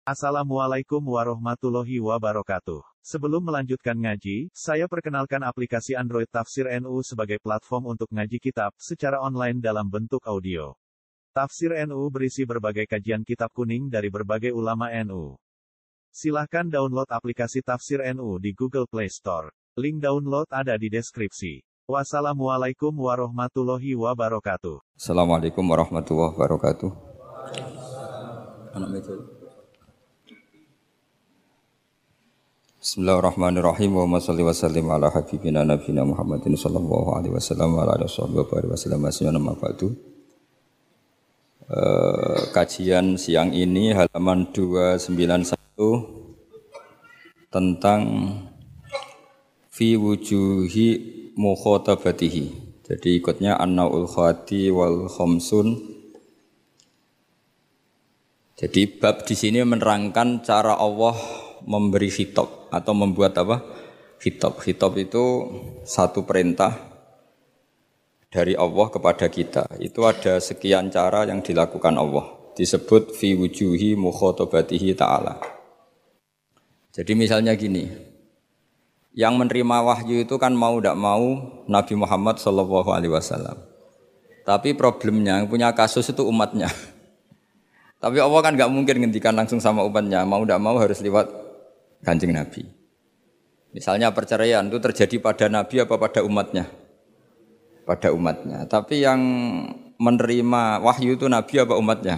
Assalamualaikum warahmatullahi wabarakatuh. Sebelum melanjutkan ngaji, saya perkenalkan aplikasi Android Tafsir NU sebagai platform untuk ngaji kitab secara online dalam bentuk audio. Tafsir NU berisi berbagai kajian kitab kuning dari berbagai ulama NU. Silahkan download aplikasi Tafsir NU di Google Play Store. Link download ada di deskripsi. Wassalamualaikum warahmatullahi wabarakatuh. Assalamualaikum warahmatullahi wabarakatuh. Anak meja. Bismillahirrahmanirrahim. Wa shalli wa sallim ala habibina nabiyina Muhammadin sallallahu alaihi wasallam wa ala alihi wasallam. Kajian siang ini halaman 291 tentang fi wujuhi mukhatabatihi. Jadi ikutnya an-naul khati wal khamsun. Jadi bab di sini menerangkan cara Allah memberi khitab atau membuat apa? Khitab. Khitab itu satu perintah dari Allah kepada kita. Itu ada sekian cara yang dilakukan Allah. Disebut fi wujuhi mukhatabatihi ta'ala. Jadi misalnya gini. Yang menerima wahyu itu kan mau tidak mau Nabi Muhammad SAW. Tapi problemnya yang punya kasus itu umatnya. Tapi Allah kan nggak mungkin ngendikan langsung sama umatnya. Mau tidak mau harus lewat Kanjeng Nabi. Misalnya perceraian itu terjadi pada Nabi apa pada umatnya? Pada umatnya. Tapi yang menerima wahyu itu Nabi apa umatnya?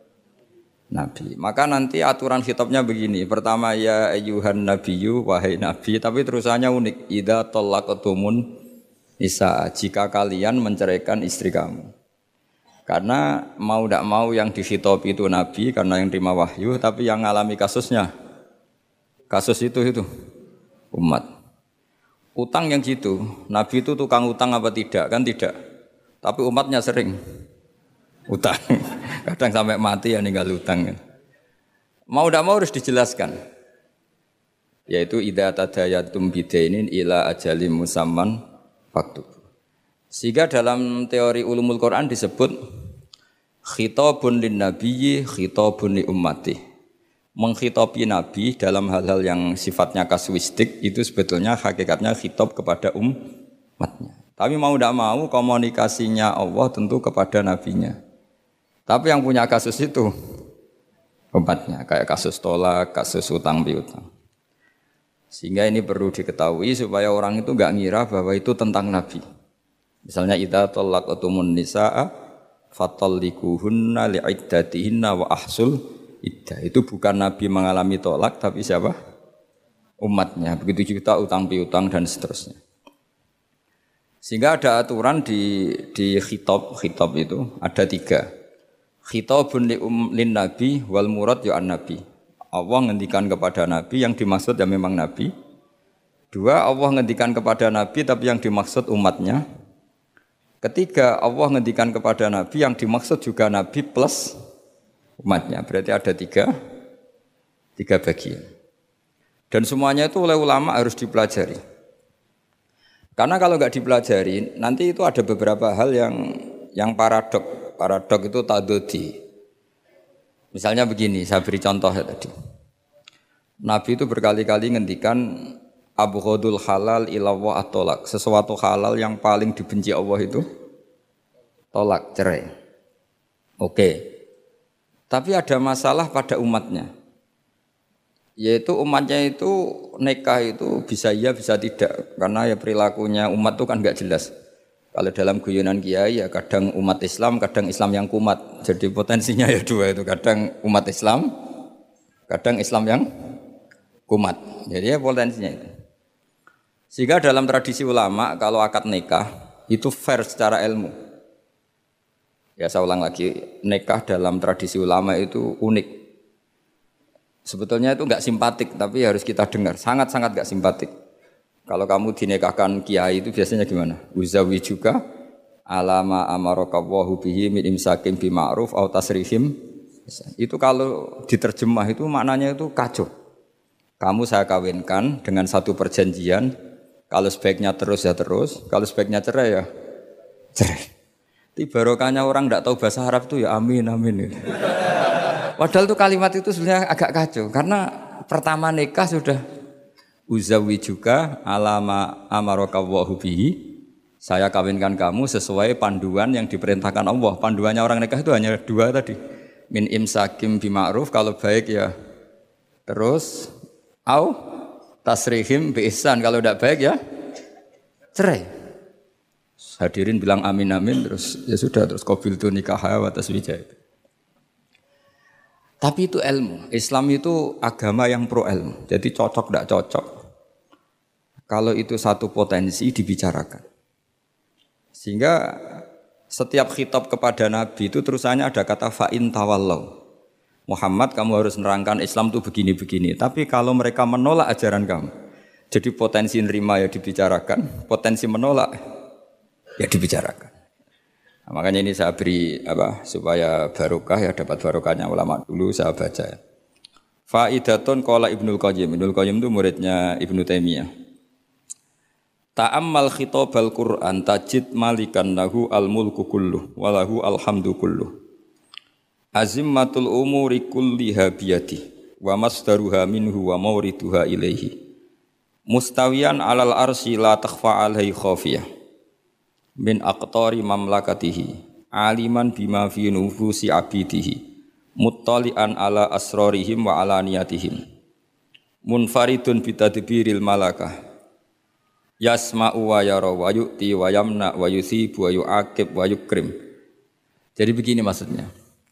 Nabi. Maka nanti aturan khitabnya begini. Pertama ya ayyuhan nabiyyu wahai nabi, tapi terusannya unik. Idza talaqtumun nisa, jika kalian menceraikan istri kamu. Karena mau tidak mau yang dikhitabi itu nabi karena yang terima wahyu, tapi yang mengalami kasus itu umat. Utang yang gitu, nabi itu tukang utang apa tidak? Kan tidak. Tapi umatnya sering utang. Kadang sampai mati ya ninggal utang. Mau tidak mau harus dijelaskan. Yaitu idza tadayatum bidainin ila ajalim musamman faktub. Sehingga dalam teori ulumul Quran disebut khitabun lin nabiyyi khitabun li ummati. Menghitopi Nabi dalam hal-hal yang sifatnya kasuistik itu sebetulnya hakikatnya khitab kepada umatnya. Tapi mau tidak mau komunikasinya Allah tentu kepada nabinya. Tapi yang punya kasus itu umatnya, kayak kasus tolak, kasus utang piutang. Sehingga ini perlu diketahui supaya orang itu enggak ngira bahwa itu tentang Nabi. Misalnya idza talaqtumun nisaa fatallikuhunna li'iddatihinna wa ahsul iddah. Itu bukan Nabi mengalami tolak, tapi siapa? Umatnya. Begitu juga utang piutang dan seterusnya. Sehingga ada aturan di khitab itu ada 3. Khitabun lin nabi wal murad ya an nabi. Allah ngendikan kepada nabi, yang dimaksud ya memang nabi. 2, Allah ngendikan kepada nabi tapi yang dimaksud umatnya. 3, Allah ngendikan kepada nabi yang dimaksud juga nabi plus umatnya. Berarti ada 3 bagian. Dan semuanya itu oleh ulama harus dipelajari. Karena kalau enggak dipelajari, nanti itu ada beberapa hal yang paradok. Paradok itu tadodi. Misalnya begini, saya beri contoh ya tadi. Nabi itu berkali-kali ngendikan abghadul halal ilallah at-tolak. Sesuatu halal yang paling dibenci Allah itu tolak, cerai. Oke. Tapi ada masalah pada umatnya. Yaitu umatnya itu nikah itu bisa iya bisa tidak. Karena ya perilakunya umat itu kan enggak jelas. Kalau dalam guyonan kiai ya kadang umat Islam, kadang Islam yang kumat. Jadi potensinya ya 2 itu. Kadang umat Islam, kadang Islam yang kumat. Jadi ya potensinya itu. Sehingga dalam tradisi ulama kalau akad nikah itu fair secara ilmu. Ya saya ulang lagi, nikah dalam tradisi ulama itu unik. Sebetulnya itu enggak simpatik, tapi harus kita dengar. Sangat-sangat enggak simpatik. Kalau kamu dinikahkan kiai itu biasanya gimana? Uzawi juga alama amarakawahu bihi min imsakim bima'ruf au tasrihim. Itu kalau diterjemah itu maknanya itu kacau. Kamu saya kawinkan dengan satu perjanjian. Kalau sebaiknya terus ya terus, kalau sebaiknya cerai ya cerai. Barokahnya orang tidak tahu bahasa Arab itu ya amin amin. Padahal tuh kalimat itu sebenarnya agak kacau karena pertama nikah sudah uzawijuka alama amaraka Allahu bihi. Saya kawinkan kamu sesuai panduan yang diperintahkan Allah. Panduannya orang nikah itu hanya dua tadi. Min imsakim bima'ruf, kalau baik ya terus au tasrihim bi ihsan, kalau tidak baik ya cerai. Hadirin bilang amin amin, terus ya sudah, terus qabiltu nikaha wa taswija. Tapi itu ilmu. Islam itu agama yang pro ilmu. Jadi cocok tidak cocok. Kalau itu satu potensi dibicarakan. Sehingga setiap khitab kepada Nabi itu terusannya ada kata fa'in tawallau. Muhammad, kamu harus menerangkan Islam itu begini-begini. Tapi kalau mereka menolak ajaran kamu, jadi potensi nerima ya dibicarakan, potensi menolak ya dibicarakan. Nah, makanya ini saya beri supaya barokah ya, dapat barokahnya ulama dulu saya baca ya. Faidatun qala Ibnul Qayyim. Ibnul Qayyim itu muridnya Ibnu Taimiyah. Ta'ammal khitabal Qur'an tajid malikan lahu al-mulku kulluh wa lahu alhamdu kulluh. Azimmatul umuri kulliha biyadi wa masdaruha minhu wa mawriduha ilaihi. Mustawiyan alal arsy la takhfa alaihi khafiyah. Min aqtari mamlakatihi aliman bima fi nufusi abidihi muttali'an ala asrarihim wa alaniyatihim munfaridun bitadbiril malakah yasma'u wa yara wa yu'ti wa yamna wa yusibu wa yu'aqib wa yukrim. Jadi begini maksudnya.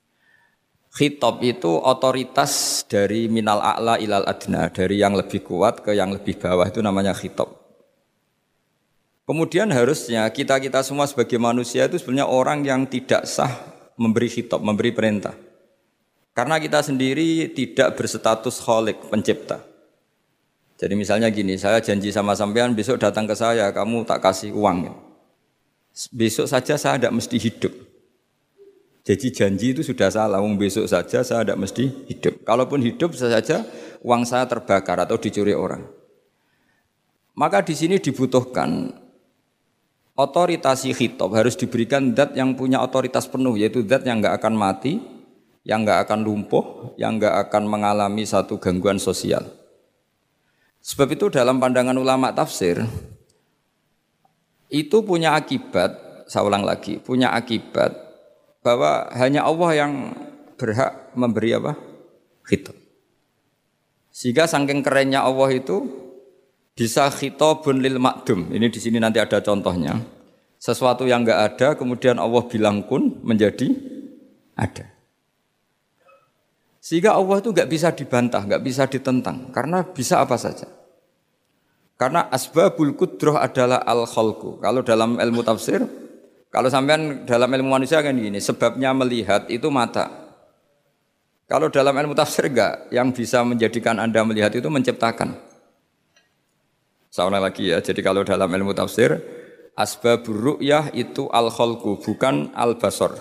Khitab itu otoritas dari minal a'la ilal adna, dari yang lebih kuat ke yang lebih bawah, itu namanya khitab. Kemudian harusnya kita semua sebagai manusia itu sebenarnya orang yang tidak sah memberi khitab, memberi perintah. Karena kita sendiri tidak berstatus khalik, pencipta. Jadi misalnya gini, saya janji sama sampean besok datang ke saya, kamu tak kasih uang. Besok saja saya tidak mesti hidup. Jadi janji itu sudah salah, besok saja saya tidak mesti hidup. Kalaupun hidup saja uang saya terbakar atau dicuri orang. Maka di sini dibutuhkan otoritasi khitab, harus diberikan zat yang punya otoritas penuh, yaitu zat yang enggak akan mati, yang enggak akan lumpuh, yang enggak akan mengalami satu gangguan sosial. Sebab itu dalam pandangan ulama tafsir itu punya akibat, saya ulang lagi, punya akibat bahwa hanya Allah yang berhak memberi khitab. Sehingga saking kerennya Allah itu bisa khitabun lil ma'dum. Ini di sini nanti ada contohnya. Sesuatu yang enggak ada kemudian Allah bilang kun menjadi ada. Sehingga Allah itu enggak bisa dibantah, enggak bisa ditentang karena bisa apa saja. Karena asbabul qudrah adalah al-khalqu. Kalau dalam ilmu tafsir, kalau sampean dalam ilmu manusia kan gini, sebabnya melihat itu mata. Kalau dalam ilmu tafsir enggak, yang bisa menjadikan Anda melihat itu menciptakan. Saya ulang lagi ya. Jadi kalau dalam ilmu tafsir, asbabur ru'yah itu al-khalqu, bukan al-basar.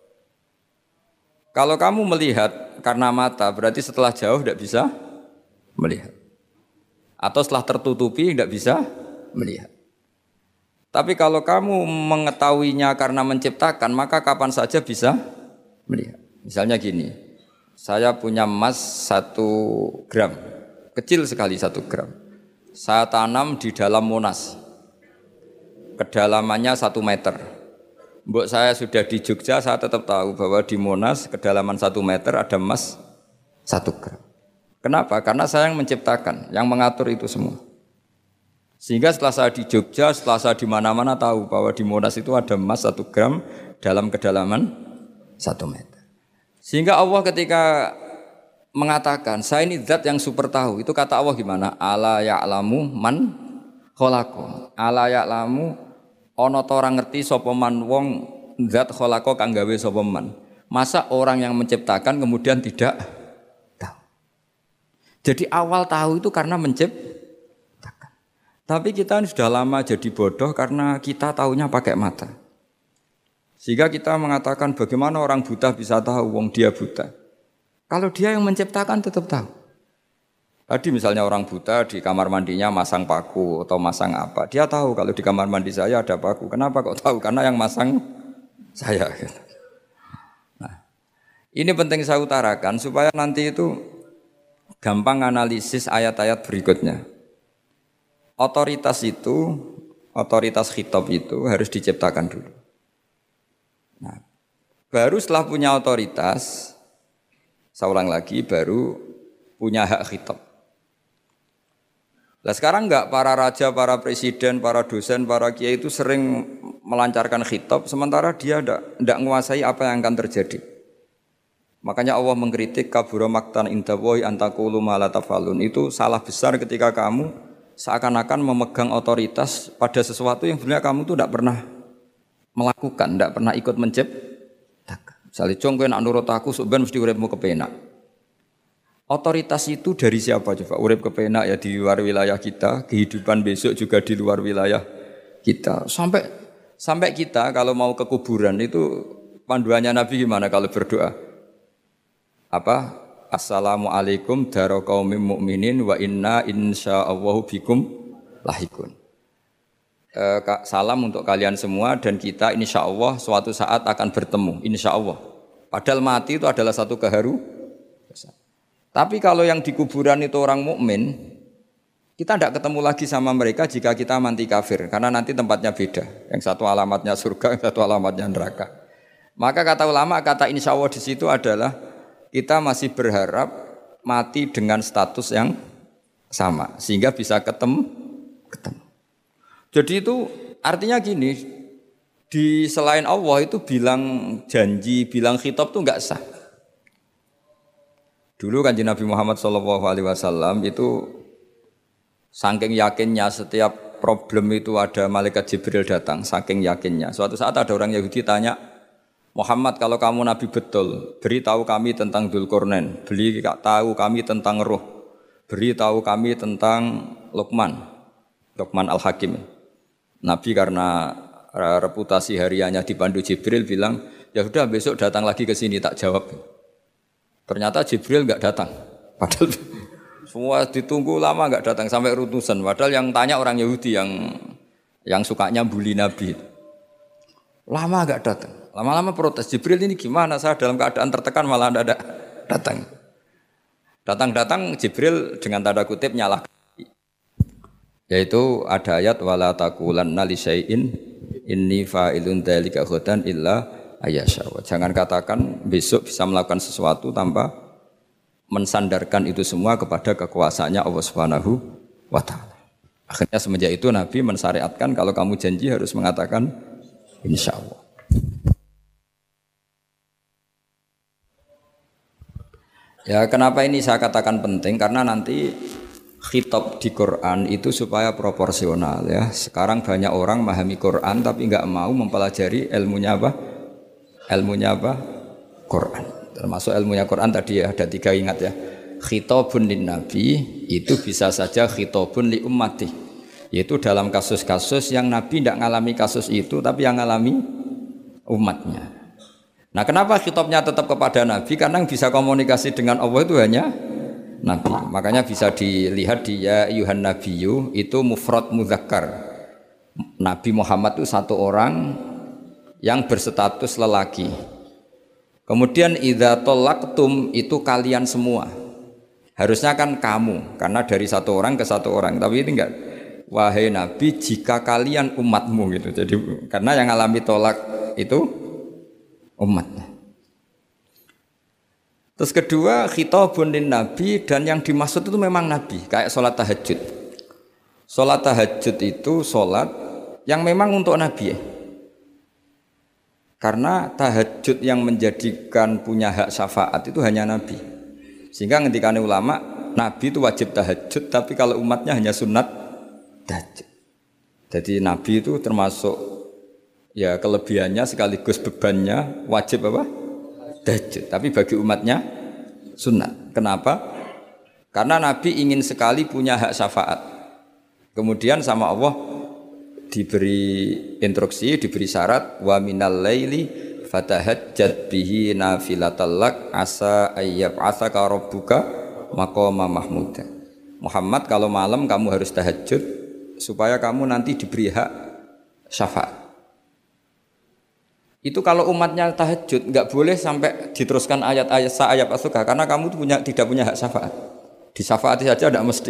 Kalau kamu melihat karena mata, berarti setelah jauh tidak bisa melihat. Atau setelah tertutupi tidak bisa melihat. Tapi kalau kamu mengetahuinya karena menciptakan, maka kapan saja bisa melihat. Misalnya gini, saya punya emas 1 gram, kecil sekali 1 gram. Saya tanam di dalam Monas, kedalamannya 1 meter. Mbok saya sudah di Jogja, saya tetap tahu bahwa di Monas kedalaman 1 meter ada emas 1 gram. Kenapa? Karena saya yang menciptakan, yang mengatur itu semua. Sehingga setelah saya di Jogja, setelah saya di mana-mana tahu bahwa di Monas itu ada emas 1 gram dalam kedalaman 1 meter. Sehingga Allah ketika mengatakan, saya ini zat yang super tahu, itu kata Allah gimana? Ala ya'lamu man khalaqa. Ala ya'lamu ana ta ora ngerti sapa man wong zat khalaqa kang gawe sapa man. Masa orang yang menciptakan kemudian tidak tahu. Jadi awal tahu itu karena menciptakan. Tapi kita ini sudah lama jadi bodoh karena kita tahunya pakai mata. Sehingga kita mengatakan bagaimana orang buta bisa tahu wong dia buta. Kalau dia yang menciptakan tetap tahu. Tadi misalnya orang buta di kamar mandinya masang paku atau masang apa. Dia tahu kalau di kamar mandi saya ada paku. Kenapa kok tahu? Karena yang masang saya. Nah, Ini penting saya utarakan supaya nanti itu gampang analisis ayat-ayat berikutnya. Otoritas khitab itu harus diciptakan dulu. Nah, baru setelah punya otoritas, saya ulang lagi, baru punya hak khitab. Nah sekarang enggak para raja, para presiden, para dosen, para kiai itu sering melancarkan khitab, sementara dia enggak menguasai apa yang akan terjadi. Makanya Allah mengkritik kabura maktan indawahi antaqulu ma la tafalun. Itu salah besar ketika kamu seakan-akan memegang otoritas pada sesuatu yang sebenarnya kamu tuh tidak pernah melakukan, tidak pernah ikut menciptakan. Misalnya cong kowe nak nurut aku sebenarnya mesti uripmu kepenak. Otoritas itu dari siapa coba? Urip kepenak ya di luar wilayah kita, kehidupan besok juga di luar wilayah kita. Sampai kita kalau mau ke kuburan itu panduannya Nabi gimana kalau berdoa? Apa? Assalamualaikum daro qaumim mukminin wa inna insyaallahu bikum lahikun. Salam untuk kalian semua dan kita insyaallah suatu saat akan bertemu, insyaallah. Padahal mati itu adalah satu keharusan. Tapi kalau yang di kuburan itu orang mukmin, kita tidak ketemu lagi sama mereka jika kita mati kafir, karena nanti tempatnya beda. Yang satu alamatnya surga, yang satu alamatnya neraka. Maka kata ulama, kata insyaallah di situ adalah kita masih berharap mati dengan status yang sama sehingga bisa ketemu. Jadi itu artinya gini, di selain Allah itu bilang janji, bilang khitab itu enggak sah. Dulu Kanjeng Nabi Muhammad SAW itu saking yakinnya setiap problem itu ada malaikat Jibril datang, saking yakinnya. Suatu saat ada orang Yahudi tanya, Muhammad kalau kamu Nabi betul, beritahu kami tentang Dzulqarnain, beritahu kami tentang Ruh, beritahu kami tentang Luqman Al-Hakim. Nabi karena reputasi hariannya dipandu Jibril bilang, ya sudah besok datang lagi ke sini tak jawab. Ternyata Jibril enggak datang. Padahal semua ditunggu lama enggak datang sampai ratusan. Padahal yang tanya orang Yahudi yang sukanya bully Nabi. Lama enggak datang. Lama-lama protes, Jibril ini gimana, saya dalam keadaan tertekan malah tidak datang. Datang-datang Jibril dengan tanda kutip nyalahkan. Yaitu ada ayat wala taqulanna li syai'in inni fa'ilun dzalika ghadan illa ayyasha. Jangan katakan besok bisa melakukan sesuatu tanpa mensandarkan itu semua kepada kekuasaannya Allah Subhanahu wa taala. Akhirnya semenjak itu Nabi mensyariatkan kalau kamu janji harus mengatakan insyaallah. Ya kenapa ini saya katakan penting? Karena nanti khitab di Quran itu supaya proporsional ya. Sekarang banyak orang memahami Quran tapi enggak mau mempelajari ilmunya apa? Ilmunya apa? Quran. Termasuk ilmunya Quran tadi ya, ada 3 ingat ya. Khitabun lin nabi itu bisa saja khitabun li ummati. Yaitu dalam kasus-kasus yang Nabi tidak ngalami kasus itu tapi yang ngalami umatnya. Nah kenapa khitabnya tetap kepada Nabi? Karena yang bisa komunikasi dengan Allah itu hanya Nabi. Makanya bisa dilihat di ya ayyuhan nabiyyu itu mufrad mudzakkar. Nabi Muhammad itu satu orang yang berstatus lelaki. Kemudian idza talaqtum itu kalian semua. Harusnya kan kamu, karena dari satu orang ke satu orang. Tapi ini enggak. Wahai Nabi, jika kalian umatmu gitu. Jadi karena yang alami tolak itu umatnya. Terus kedua khitabun lin nabi dan yang dimaksud itu memang Nabi. Kayak sholat tahajud. Sholat tahajud itu sholat yang memang untuk Nabi ya. Karena tahajud yang menjadikan punya hak syafaat itu hanya Nabi. Sehingga ngendikane ulama, Nabi itu wajib tahajud, tapi kalau umatnya hanya sunat tahajud. Jadi Nabi itu termasuk ya kelebihannya sekaligus bebannya wajib apa? Tahajud. Tapi bagi umatnya sunat. Kenapa? Karena Nabi ingin sekali punya hak syafaat. Kemudian sama Allah diberi instruksi, diberi syarat wa minal laili fatahajjat bihi nafilatal lak asa ayyab'atsaka rabbuka maqama mahmuda. Muhammad kalau malam kamu harus tahajud supaya kamu nanti diberi hak syafaat. Itu kalau umatnya tahajud nggak boleh sampai diteruskan ayat-ayat ayat asuka karena kamu tuh tidak punya hak syafaat. Disyafaati saja tidak mesti.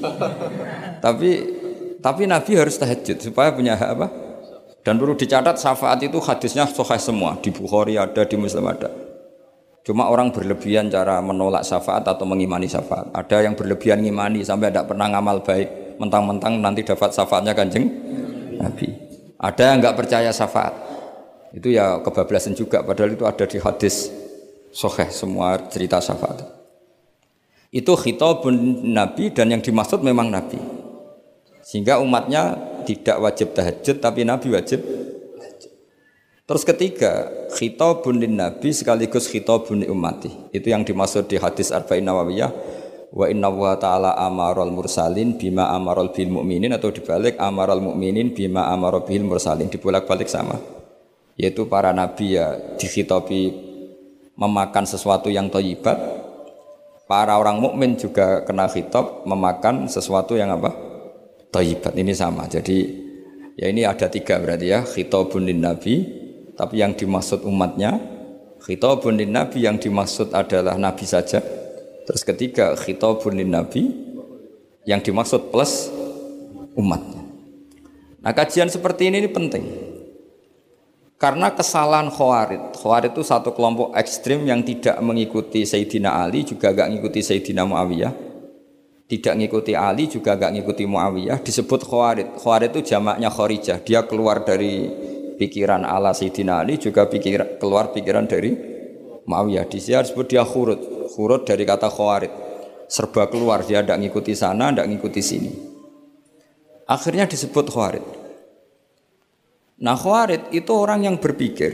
tapi Nabi harus tahajud supaya punya hak apa? Dan perlu dicatat syafaat itu hadisnya sahih semua, di Bukhari ada, di Muslim ada. Cuma orang berlebihan cara menolak syafaat atau mengimani syafaat. Ada yang berlebihan ngimani sampai tidak pernah ngamal baik, mentang-mentang nanti dapat syafaatnya Kanjeng Nabi. Ada yang nggak percaya syafaat. Itu ya kebablasan juga, padahal itu ada di hadis sahih semua cerita syafaat. Itu khitabun Nabi dan yang dimaksud memang Nabi. Sehingga umatnya tidak wajib tahajud tapi Nabi wajib. Terus ketiga, khitabun Nabi sekaligus khitabun ummati. Itu yang dimaksud di hadis Arba'in Nawawiyah. Wa inna wa ta'ala amaral mursalin bima amaral bil mu'minin, atau dibalik amaral mu'minin bima amaral bil mursalin, dibolak-balik sama. Yaitu para nabi ya dikhitabi memakan sesuatu yang thayyibat. Para orang mukmin juga kena khitab memakan sesuatu yang apa? Thayyibat. Ini sama. Jadi ya ini ada tiga berarti ya, khitabun nabi, tapi yang dimaksud umatnya, khitabun nabi yang dimaksud adalah nabi saja. Terus ketiga, khitabun nabi yang dimaksud plus umatnya. Nah, kajian seperti ini penting. Karena kesalahan Khawarij itu satu kelompok ekstrim yang tidak mengikuti Sayyidina Ali, juga gak mengikuti Sayyidina Muawiyah. Tidak mengikuti Ali, juga gak mengikuti Muawiyah. Disebut Khawarij. Khawarij itu jamaknya Kharijah. Dia keluar dari pikiran ala Sayyidina Ali, juga keluar pikiran dari Muawiyah. Di sini disebut dia khurud. Khurud dari kata Khawarij. Serba keluar, dia tidak mengikuti sana, tidak mengikuti sini. Akhirnya disebut Khawarij. Nah, Khawarij itu orang yang berpikir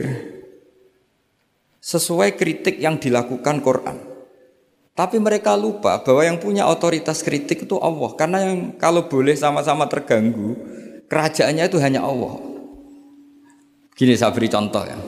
sesuai kritik yang dilakukan Quran. Tapi mereka lupa bahwa yang punya otoritas kritik itu Allah. Karena yang kalau boleh sama-sama terganggu, kerajaannya itu hanya Allah. Gini saya beri contoh ya.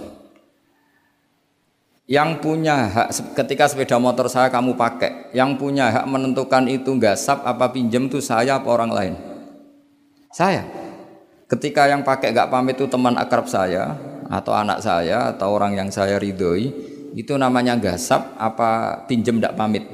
Yang punya hak ketika sepeda motor saya kamu pakai, yang punya hak menentukan itu gasap apa pinjam itu saya apa orang lain? Saya. Ketika yang pakai gak pamit itu teman akrab saya atau anak saya atau orang yang saya ridhoi, itu namanya gasap apa pinjem gak pamit?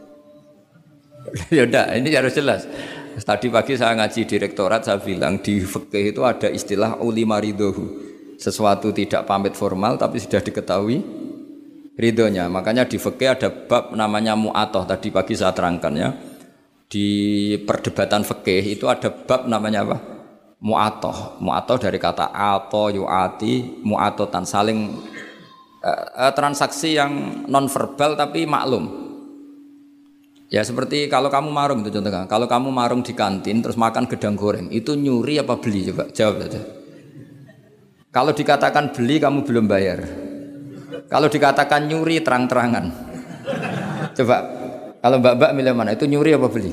Ya udah, ini harus jelas. Tadi pagi saya ngaji direktorat, saya bilang di fikih itu ada istilah ulima ridhohu. Sesuatu tidak pamit formal tapi sudah diketahui ridhonya. Makanya di fikih ada bab namanya mu'atoh. Tadi pagi saya terangkan ya. Di perdebatan fikih itu ada bab namanya apa? Mu'atoh. Mu'atoh dari kata ato yu'ati, mu'atotan, saling transaksi yang non verbal tapi maklum. Ya seperti kalau kamu marung itu contohnya. Kalau kamu marung di kantin terus makan gedang goreng, itu nyuri apa beli? Coba jawab saja. Kalau dikatakan beli kamu belum bayar. Kalau dikatakan nyuri terang-terangan. Coba kalau mbak-mbak milih mana? Itu nyuri apa beli?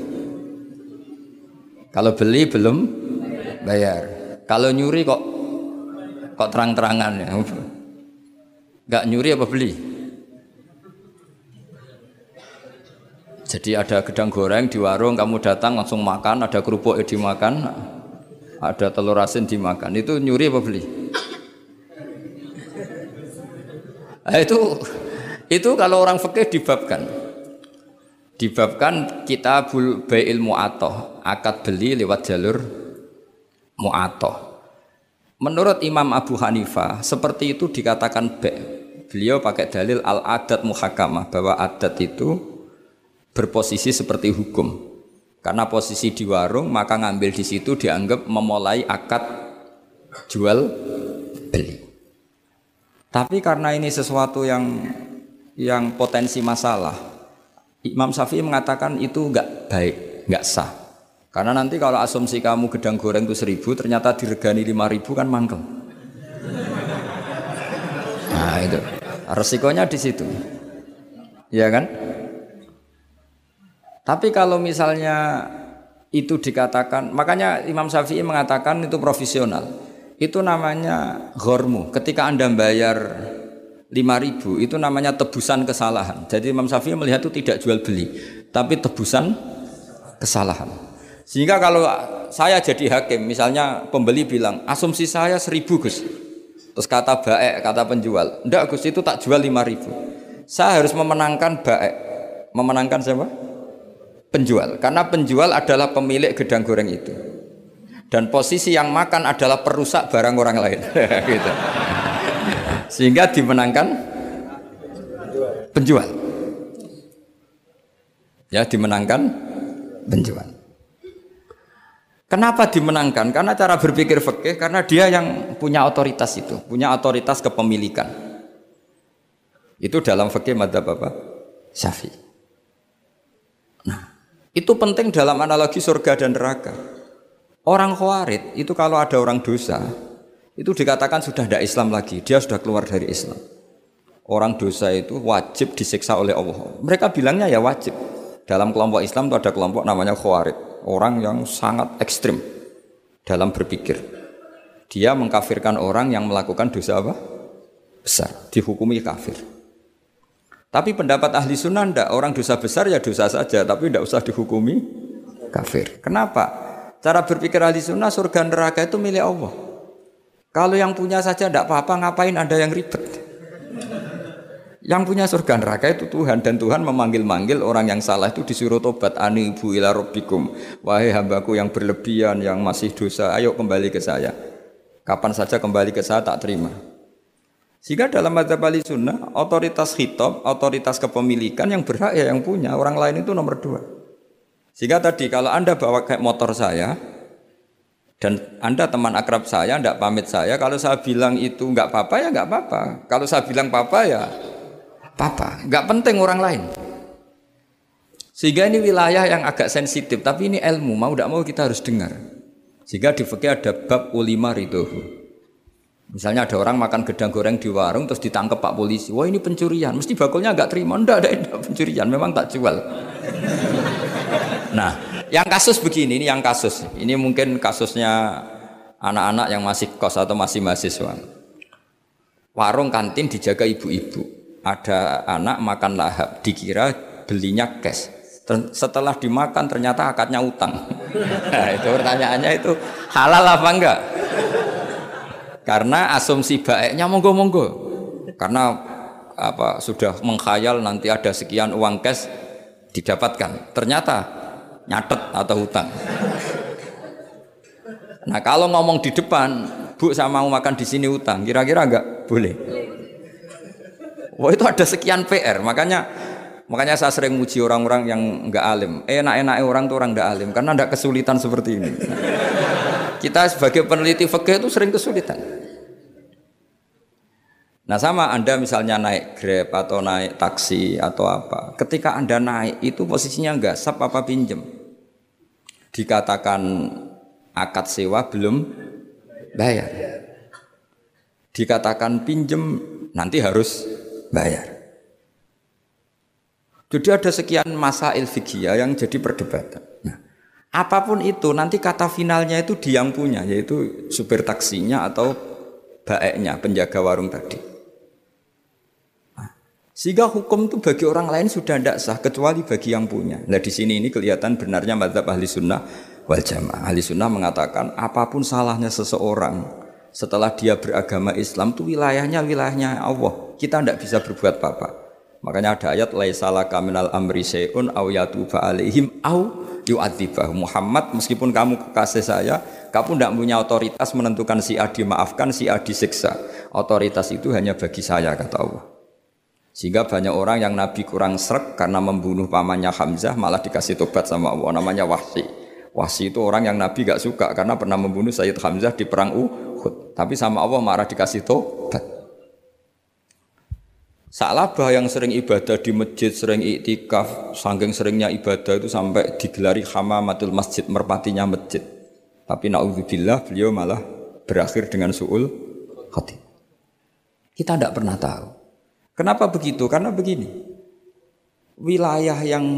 Kalau beli belum bayar. Kalau nyuri kok terang-terangan ya. Enggak nyuri apa beli? Jadi ada gedang goreng di warung, kamu datang langsung makan, ada kerupuk dimakan, ada telur asin dimakan. Itu nyuri apa beli? Nah, itu kalau orang fikih dibabkan kitabul bai'il mu'atoh, akad beli lewat jalur mu'atoh. Menurut Imam Abu Hanifah seperti itu dikatakan beliau pakai dalil al-adat muhakamah, bahwa adat itu berposisi seperti hukum. Karena posisi di warung maka ngambil di situ dianggap memulai akad jual beli. Tapi karena ini sesuatu yang potensi masalah, Imam Syafi'i mengatakan itu enggak baik, enggak sah. Karena nanti kalau asumsi kamu gedang goreng itu 1.000, ternyata diregani 5.000 kan mangkel. Nah itu, resikonya di situ, ya kan? Tapi kalau misalnya itu dikatakan, makanya Imam Syafi'i mengatakan itu profesional. Itu namanya ghormu. Ketika Anda bayar 5.000 itu namanya tebusan kesalahan. Jadi Imam Syafi'i melihat itu tidak jual beli, tapi tebusan kesalahan. Sehingga kalau saya jadi hakim, misalnya pembeli bilang asumsi saya 1.000 Gus, Terus kata baek, kata penjual, ndak Gus itu tak jual 5.000. Saya harus memenangkan baek. Memenangkan siapa? Penjual. Karena penjual adalah pemilik gedang goreng itu. Dan posisi yang makan adalah perusak barang orang lain. Gitu. Sehingga dimenangkan penjual. Ya, dimenangkan penjual. Kenapa dimenangkan? Karena cara berpikir fikih, karena dia yang punya otoritas itu, punya otoritas kepemilikan. Itu dalam fikih madzhab apa? Syafi'i. Nah, itu penting dalam analogi surga dan neraka. Orang Khawarij itu kalau ada orang dosa, itu dikatakan sudah tidak Islam lagi, dia sudah keluar dari Islam. Orang dosa itu wajib disiksa oleh Allah. Mereka bilangnya ya wajib. Dalam kelompok Islam itu ada kelompok namanya Khawarij. Orang yang sangat ekstrim dalam berpikir. Dia mengkafirkan orang yang melakukan dosa apa? Besar, dihukumi kafir. Tapi pendapat ahli sunnah enggak, orang dosa besar ya dosa saja, tapi enggak usah dihukumi kafir. Kenapa? Cara berpikir ahli sunnah, surga neraka itu milik Allah. Kalau yang punya saja enggak apa-apa, ngapain ada yang ribet? Yang punya surga neraka itu Tuhan, dan Tuhan memanggil-manggil orang yang salah itu disuruh tobat, anibu ila rabbikum, wahai hambaku yang berlebihan, yang masih dosa, ayo kembali ke saya. Kapan saja kembali ke saya tak terima. Sehingga dalam madzhab ahli sunnah, otoritas khitab, otoritas kepemilikan yang berhak ya yang punya, orang lain itu nomor 2. Sehingga tadi kalau Anda bawa kayak motor saya, dan Anda teman akrab saya, tidak pamit saya, kalau saya bilang itu enggak apa-apa ya enggak apa-apa. Kalau saya bilang apa-apa ya apa, enggak penting orang lain. Sehingga ini wilayah yang agak sensitif, tapi ini ilmu, mau tidak mau kita harus dengar. Sehingga di fikih ada bab ulima ridhohu. Misalnya ada orang makan gedang goreng di warung terus ditangkap Pak polisi, wah ini pencurian, mesti bakulnya enggak terima, enggak pencurian, memang tak jual. Nah, yang kasus begini, ini yang kasus, ini mungkin kasusnya anak-anak yang masih kos atau masih mahasiswa. Warung kantin dijaga ibu-ibu. Ada anak makan lahap, dikira belinya cash. Setelah dimakan ternyata akadnya utang. Nah, itu pertanyaannya itu halal apa enggak? Karena asumsi baiknya monggo-monggo. Karena apa sudah mengkhayal nanti ada sekian uang cash didapatkan. Ternyata nyatet atau hutang. Nah, kalau ngomong di depan, Bu saya mau makan di sini hutang, kira-kira enggak boleh. Wah itu ada sekian PR, makanya saya sering muji orang-orang yang enggak alim. Enak-enaknya orang tuh orang enggak alim, karena enggak kesulitan seperti ini. Kita sebagai peneliti fikih itu sering kesulitan. Nah sama Anda misalnya naik Grab atau naik taksi atau apa, ketika Anda naik itu posisinya enggak sap apa pinjem. Dikatakan akad sewa belum bayar. Dikatakan pinjem nanti harus bayar. Jadi ada sekian masail fikih yang jadi perdebatan. Nah, apapun itu nanti kata finalnya itu dia yang punya, yaitu supir taksinya atau baeknya, penjaga warung tadi. Nah, sehingga hukum itu bagi orang lain sudah tidak sah kecuali bagi yang punya. Nah di sini ini kelihatan benarnya madzhab ahli sunnah wal jamaah. Ahli sunnah mengatakan apapun salahnya seseorang setelah dia beragama Islam itu wilayahnya Allah. Kita tidak bisa berbuat apa-apa. Makanya ada ayat laisalaka minal amri syai'un aw yatuba alaihim aw yu'adzibahum. Muhammad meskipun kamu kekasih saya, kamu tidak punya otoritas menentukan si A dimaafkan, si A disiksa. Otoritas itu hanya bagi saya kata Allah. Sehingga banyak orang yang Nabi kurang srek karena membunuh pamannya Hamzah malah dikasih tobat sama Allah, namanya Wahsy. Wahsy itu orang yang Nabi gak suka karena pernah membunuh Sayyid Hamzah di perang Uhud. Tapi sama Allah marah dikasih tobat. Sa'labah yang sering ibadah di masjid, sering iktikaf, saking seringnya ibadah itu sampai digelari hamamatul masjid, merpatinya masjid. Tapi na'udzubillah beliau malah berakhir dengan su'ul khatimah. Kita tidak pernah tahu. Kenapa begitu? Karena begini. Wilayah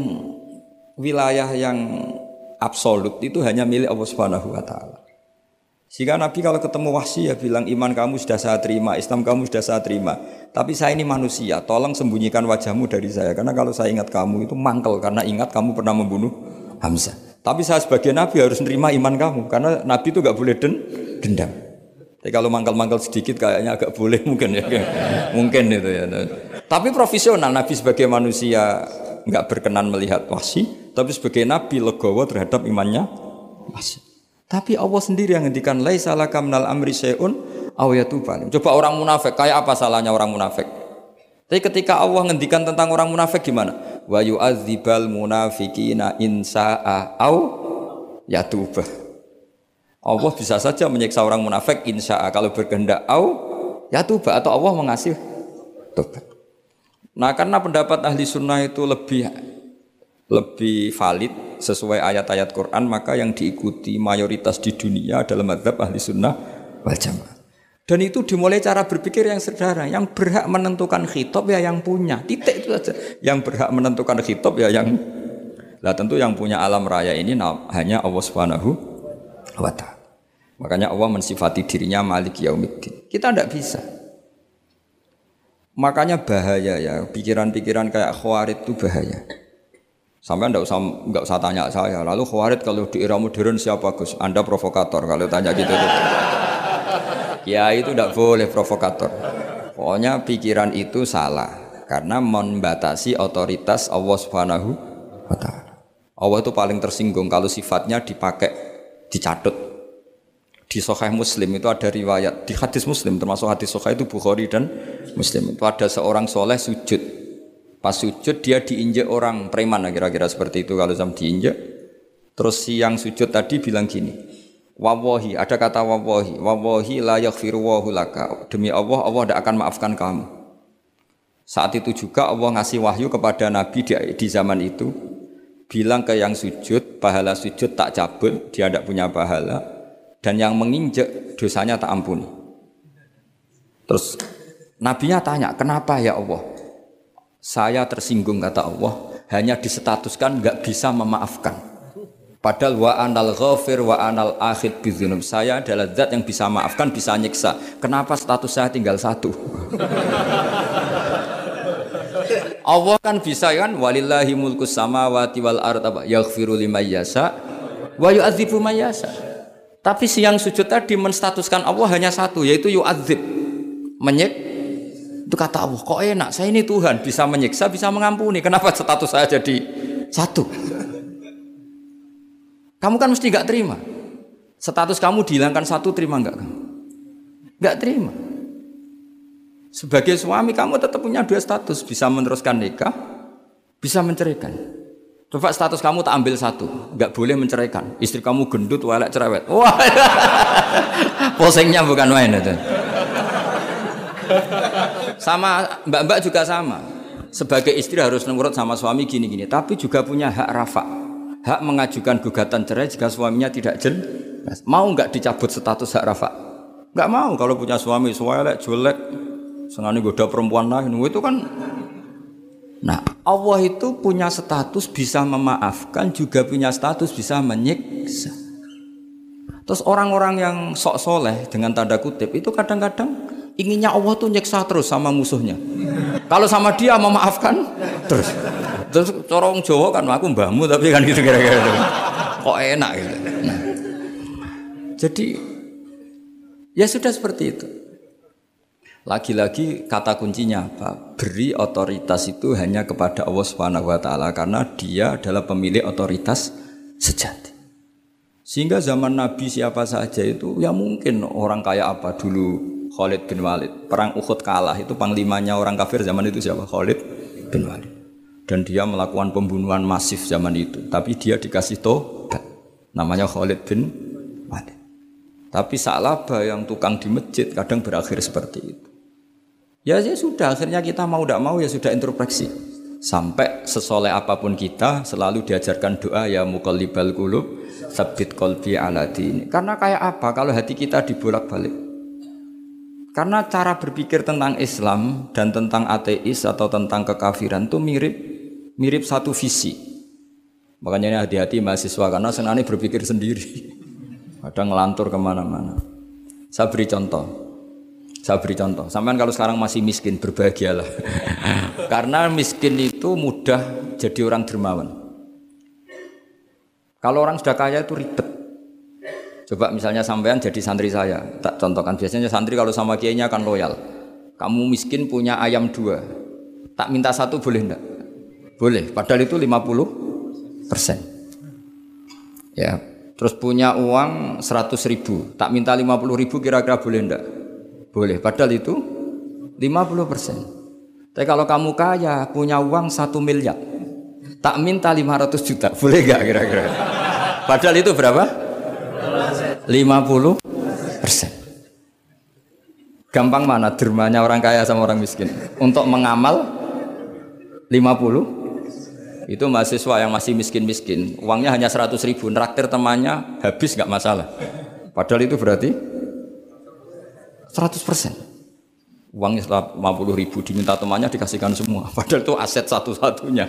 yang absolut itu hanya milik Allah Subhanahu wa taala. Sehingga Nabi kalau ketemu Wahsy ya bilang iman kamu sudah saya terima, Islam kamu sudah saya terima. Tapi saya ini manusia, tolong sembunyikan wajahmu dari saya. Karena kalau saya ingat kamu itu mangkel karena ingat kamu pernah membunuh Hamzah. Tapi saya sebagai Nabi harus menerima iman kamu karena Nabi itu enggak boleh dendam. Tapi kalau mangkal-mangkal sedikit kayaknya agak boleh mungkin ya. Mungkin itu ya. Tapi profesional Nabi sebagai manusia enggak berkenan melihat Wahsy, tapi sebagai Nabi legowo terhadap imannya Wahsy. Tapi Allah sendiri yang ngendikan laisa laka minal amri syai'un aw yatuba. Coba orang munafik, kayak apa salahnya orang munafik? Tapi ketika Allah ngendikan tentang orang munafik gimana? Wa yu'adzibal munafiqina in sa'a aw yatuba. Allah bisa saja menyiksa orang munafik insya'a kalau berkehendak au yatuba atau Allah mengasih tobat. Nah, karena pendapat ahli sunnah itu lebih valid sesuai ayat-ayat Quran, maka yang diikuti mayoritas di dunia adalah mazhab ahli sunnah wal jamaah. Dan itu dimulai cara berpikir yang sederhana. Yang berhak menentukan khitab ya yang punya. Titik itu saja. Yang berhak menentukan khitab ya yang. Lah tentu yang punya alam raya ini hanya Allah Subhanahu wa ta'ala. Makanya Allah mensifati dirinya Malik Yaumiddin. Kita tidak bisa. Makanya bahaya ya, pikiran-pikiran kayak Khawarij itu bahaya. Sampai enggak usah tanya saya. Lalu Khawarij kalau di era modern siapa Gus? Anda provokator kalau tanya gitu. Ya itu tidak boleh provokator. Pokoknya pikiran itu salah karena membatasi otoritas Allah Subhanahu wa ta'ala. Allah itu paling tersinggung kalau sifatnya dipakai, dicatut. Di Sahih Muslim itu ada riwayat, di hadis Muslim termasuk hadis Sahih itu Bukhari dan Muslim, itu ada seorang soleh sujud. Pas sujud dia diinjek orang preman, kira-kira seperti itu kalau sama diinjek. Terus si yang sujud tadi bilang gini, wawahi, ada kata wawahi la yaghfiru wahu laka, demi Allah, Allah tidak akan maafkan kamu. Saat itu juga Allah ngasih wahyu kepada Nabi di zaman itu, bilang ke yang sujud, pahala sujud tak cabut, dia tidak punya pahala. Dan yang menginjek dosanya tak ampuni. Terus Nabinya tanya, kenapa ya Allah? Saya tersinggung kata Allah, hanya disetatuskan enggak bisa memaafkan. Padahal wa anal ghafir wa anal akhid bidzunub. Saya adalah zat yang bisa maafkan, bisa nyiksa. Kenapa status saya tinggal satu? Allah kan bisa kan, walillahi mulkus samawati wal ardh yaghfiru liman yasha wa yu'adzibu man yasha. Tapi si yang sujud tadi menstatuskan Allah hanya satu, yaitu yu'adzib, itu kata Allah, kok enak, saya ini Tuhan, bisa menyiksa, bisa mengampuni, kenapa status saya jadi satu? Kamu kan mesti gak terima. Status kamu dihilangkan satu, terima gak kamu? Gak terima. Sebagai suami kamu tetap punya dua status, bisa meneruskan nikah, bisa menceraikan. Coba status kamu tak ambil satu, nggak boleh menceraikan. Istri kamu gendut, walek cerewet. Wah, posengnya bukan main itu. Sama mbak-mbak juga sama. Sebagai istri harus nurut sama suami gini-gini, tapi juga punya hak rafa, hak mengajukan gugatan cerai jika suaminya tidak jelas. Mau nggak dicabut status hak rafa? Nggak mau. Kalau punya suami walek, jelek, senangnya goda perempuan lain, itu kan. Nah, Allah itu punya status bisa memaafkan, juga punya status bisa menyiksa. Terus orang-orang yang sok soleh dengan tanda kutip itu kadang-kadang inginnya Allah tuh nyiksa terus sama musuhnya. Kalau sama dia memaafkan terus. Terus corong Jawa kan aku mbahmu tapi kan gitu kira-kira. Kok enak gitu. Nah, jadi ya sudah seperti itu. Lagi-lagi kata kuncinya apa? Beri otoritas itu hanya kepada Allah Subhanahu wa ta'ala karena dia adalah pemilik otoritas sejati. Sehingga zaman Nabi siapa saja itu ya mungkin orang kayak apa dulu Khalid bin Walid. Perang Uhud kalah itu panglimanya orang kafir zaman itu siapa? Khalid bin Walid. Dan dia melakukan pembunuhan masif zaman itu. Tapi dia dikasih tobat. Namanya Khalid bin Walid. Tapi Sa'labah yang tukang di masjid kadang berakhir seperti itu. Ya sudah, akhirnya kita mau tidak mau ya sudah introspeksi. Sampai sesoleh apapun kita selalu diajarkan doa ya muqallibal qulub tsabbit qalbi ala dini. Karena kayak apa kalau hati kita dibolak-balik? Karena cara berpikir tentang Islam dan tentang ateis atau tentang kekafiran itu mirip satu visi. Makanya ini hati-hati mahasiswa karena senangnya berpikir sendiri. Kadang ngelantur kemana-mana. Saya beri contoh. Sampean kalau sekarang masih miskin, berbahagialah. Karena miskin itu mudah jadi orang dermawan. Kalau orang sudah kaya itu ribet. Coba misalnya sampean jadi santri saya, tak contohkan. Biasanya santri kalau sama kiainya akan loyal. Kamu miskin punya ayam 2, tak minta 1 boleh enggak? Boleh, padahal itu 50%. Ya, terus punya uang 100.000, tak minta 50.000 kira-kira boleh enggak? Boleh, padahal itu 50%. Tapi kalau kamu kaya, punya uang 1 miliar, tak minta 500 juta, boleh enggak kira-kira? Padahal itu berapa? 50%. Gampang mana dermanya orang kaya sama orang miskin? Untuk mengamal 50, itu mahasiswa yang masih miskin-miskin, uangnya hanya 100.000, neraktir temannya habis nggak masalah. Padahal itu berarti 100%. Uangnya 50.000 diminta temannya dikasihkan semua. Padahal itu aset satu-satunya.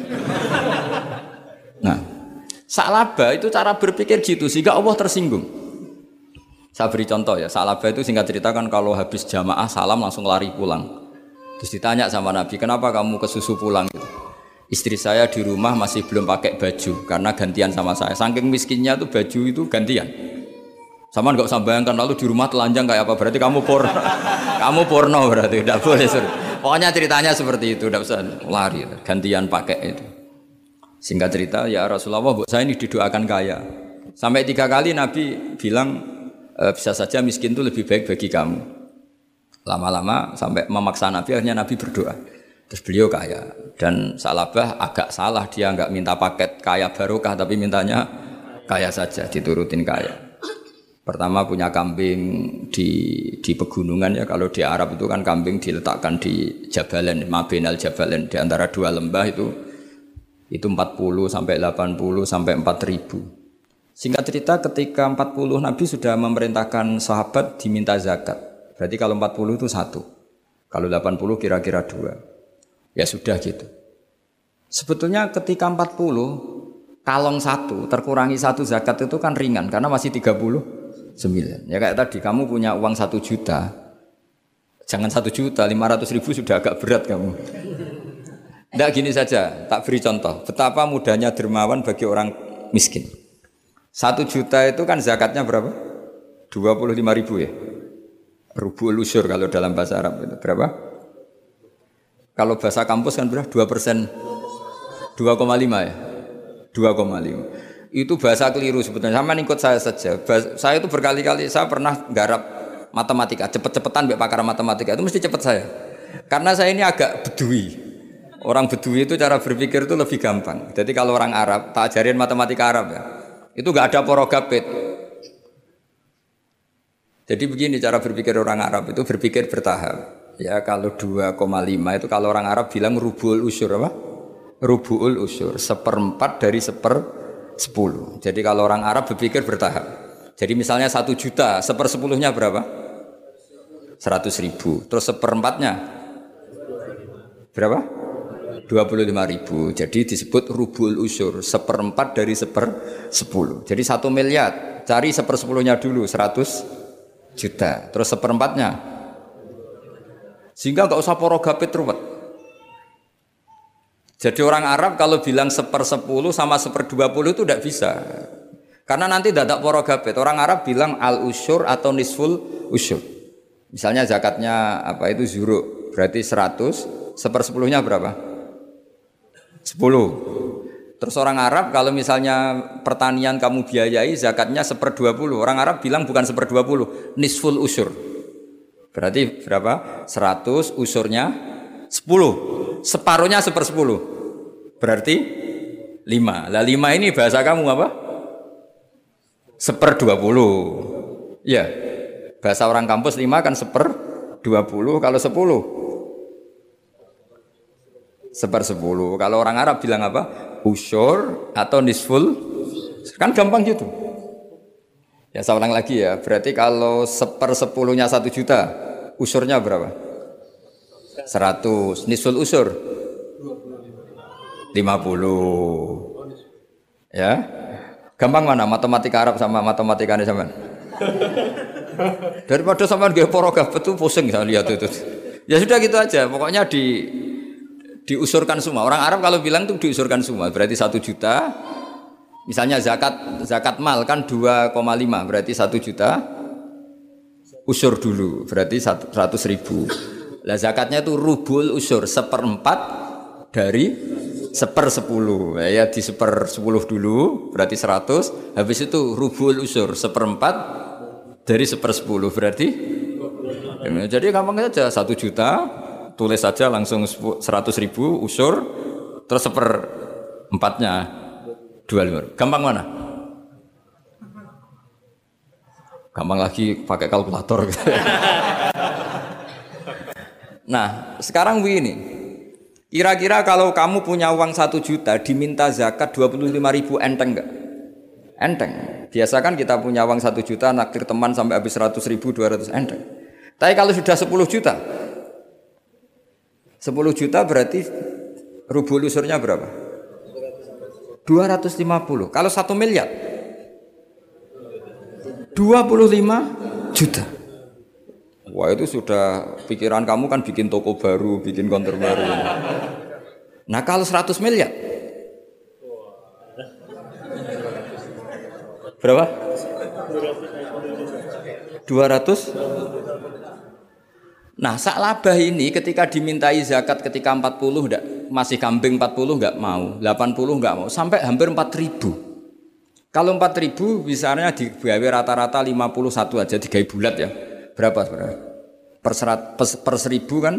Nah, salaba itu cara berpikir gitu sehingga Allah tersinggung. Saya beri contoh ya, salaba itu singkat cerita kan kalau habis jamaah salam langsung lari pulang. Terus ditanya sama Nabi, kenapa kamu kesusu pulang gitu? Istri saya di rumah masih belum pakai baju karena gantian sama saya. Saking miskinnya tuh baju itu gantian. Sama nggak usah bayangkan lalu di rumah telanjang kayak apa, berarti kamu porno. Kamu porno berarti, tidak boleh. Pokoknya ceritanya seperti itu, tidak usah lari, gantian pakai itu. Singkat cerita, ya Rasulullah, saya ini didoakan kaya. Sampai 3 kali Nabi bilang, bisa saja miskin itu lebih baik bagi kamu. Lama-lama sampai memaksa Nabi, akhirnya Nabi berdoa. Terus beliau kaya. Dan salabah agak salah, dia nggak minta paket kaya barokah, tapi mintanya kaya saja, diturutin kaya. Pertama punya kambing di pegunungan ya, kalau di Arab itu kan kambing diletakkan di Jabalen, Mabinal Jabalen, di antara 2 lembah itu 40 sampai 80 sampai 4.000. Singkat cerita ketika 40 Nabi sudah memerintahkan sahabat diminta zakat. Berarti kalau 40 itu 1. Kalau 80 kira-kira 2. Ya sudah gitu. Sebetulnya ketika 40 kalong 1 terkurangi 1 zakat itu kan ringan karena masih 39. Ya kayak tadi kamu punya uang 1 juta. Jangan 1 juta, 500.000 sudah agak berat kamu. Tidak gini saja, tak beri contoh. Betapa mudahnya dermawan bagi orang miskin. 1 juta itu kan zakatnya berapa? 25.000 ya. Rubul usyur kalau dalam bahasa Arab itu berapa? Kalau bahasa kampus kan berapa? 2%. 2,5 ya. 2,5. Itu bahasa keliru sebetulnya. Sama ikut saya saja. Saya itu berkali-kali saya pernah garap matematika, cepet-cepetan mbek pakar matematika itu mesti cepet saya. Karena saya ini agak bedui. Orang bedui itu cara berpikir itu lebih gampang. Jadi kalau orang Arab, tak ajarin matematika Arab ya. Itu enggak ada porogapit. Jadi begini cara berpikir orang Arab itu berpikir bertahap. Ya kalau 2,5 itu kalau orang Arab bilang rubul usyur apa? Rubul usyur, 1/4 dari 1/10. Jadi kalau orang Arab berpikir bertahap. Jadi misalnya 1 juta, 1/10-nya berapa? 100.000. Terus 1/4-nya berapa? 25.000. Jadi disebut rubul usyur, 1/4 dari 1/10. Jadi 1 miliar, cari 1/10-nya dulu, 100 juta. Terus 1/4-nya. Sehingga enggak usah porogapit ruwet. Jadi orang Arab kalau bilang 1/10 sama 1/20 itu tidak bisa. Karena nanti tidak porogapit. Orang Arab bilang al-usyur atau nisful usyur. Misalnya zakatnya apa itu zuruk, berarti 100, 1/10-nya berapa? 10. Terus orang Arab kalau misalnya pertanian kamu biayai zakatnya 1/20. Orang Arab bilang bukan 1/20, nisful usyur. Berarti berapa? 100 usurnya 10. Separuhnya 1/10. Berarti 5. Lah 5 ini bahasa kamu apa? 1/20. Ya. Bahasa orang kampus 5 kan 1/20. Kalau 10 1/10. Kalau orang Arab bilang apa? Usyur atau nisful. Kan gampang gitu. Ya saya ulang lagi ya. Berarti kalau 1/10-nya 1 juta, usurnya berapa? 100. Nisful usur 50. Ya. Gampang mana matematika Arab sama matematika ini sama? Daripada sampean nggih porogapit itu pusing saya lihat itu. Ya sudah gitu aja. Pokoknya diusurkan semua. Orang Arab kalau bilang itu diusurkan semua. Berarti 1 juta Misalnya zakat mal kan 2,5 berarti 1 juta usur dulu berarti 100 ribu. Lah zakatnya itu rubul usur 1/4 dari 1/10. Ya di 1/10 dulu berarti 100. Habis itu rubul usur 1/4 dari 1/10 berarti. Jadi gampang saja 1 juta tulis saja langsung 100 ribu usur terus 1/4-nya 25. Gampang mana? Gampang lagi pakai kalkulator. Nah, sekarang begini. Kira-kira kalau kamu punya uang 1 juta diminta zakat 25.000 enteng enggak? Enteng. Biasa kan kita punya uang 1 juta naktir teman sampai habis 100.000 200 enteng. Tapi kalau sudah 10 juta 10 juta berarti rubul usurnya berapa? 250. Kalau 1 miliar 25 juta. Wah itu sudah pikiran kamu kan bikin toko baru, bikin konter baru. Nah kalau 100 miliar berapa? 200. Nah sak labah ini ketika dimintai zakat ketika 40 enggak, masih kambing 40 enggak mau, 80 enggak mau, sampai hampir 4.000. Kalau 4.000 misalnya digawe rata-rata 51 aja digawe bulat ya. Berapa sebenarnya? Per 1.000 kan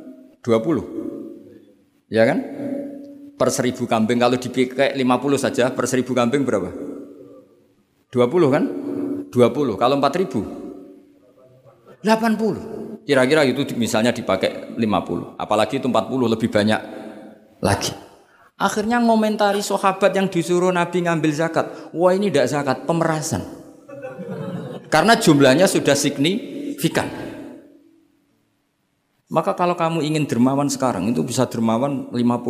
20. Ya kan? Per 1.000 kambing kalau dipakai 50 saja per 1.000 kambing berapa? 20 kan? 20. Kalau 4.000 80. Kira-kira itu misalnya dipakai 50. Apalagi itu 40 lebih banyak lagi. Akhirnya ngomentari sahabat yang disuruh Nabi ngambil zakat. Wah ini tidak zakat, pemerasan. Karena jumlahnya sudah signifikan. Maka kalau kamu ingin dermawan sekarang itu bisa dermawan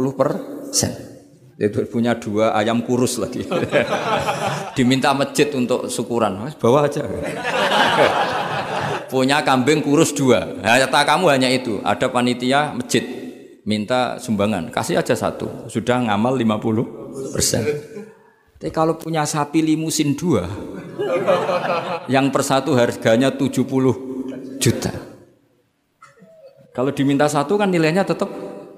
50%. Itu punya 2 ayam kurus lagi. Diminta masjid untuk syukuran. Bawa aja. Punya kambing kurus 2. Kata kamu hanya itu. Ada panitia masjid minta sumbangan, kasih aja 1. Sudah ngamal 50%. Tapi kalau punya sapi limusin 2, yang per 1 harganya 70 juta. Kalau diminta 1 kan nilainya tetap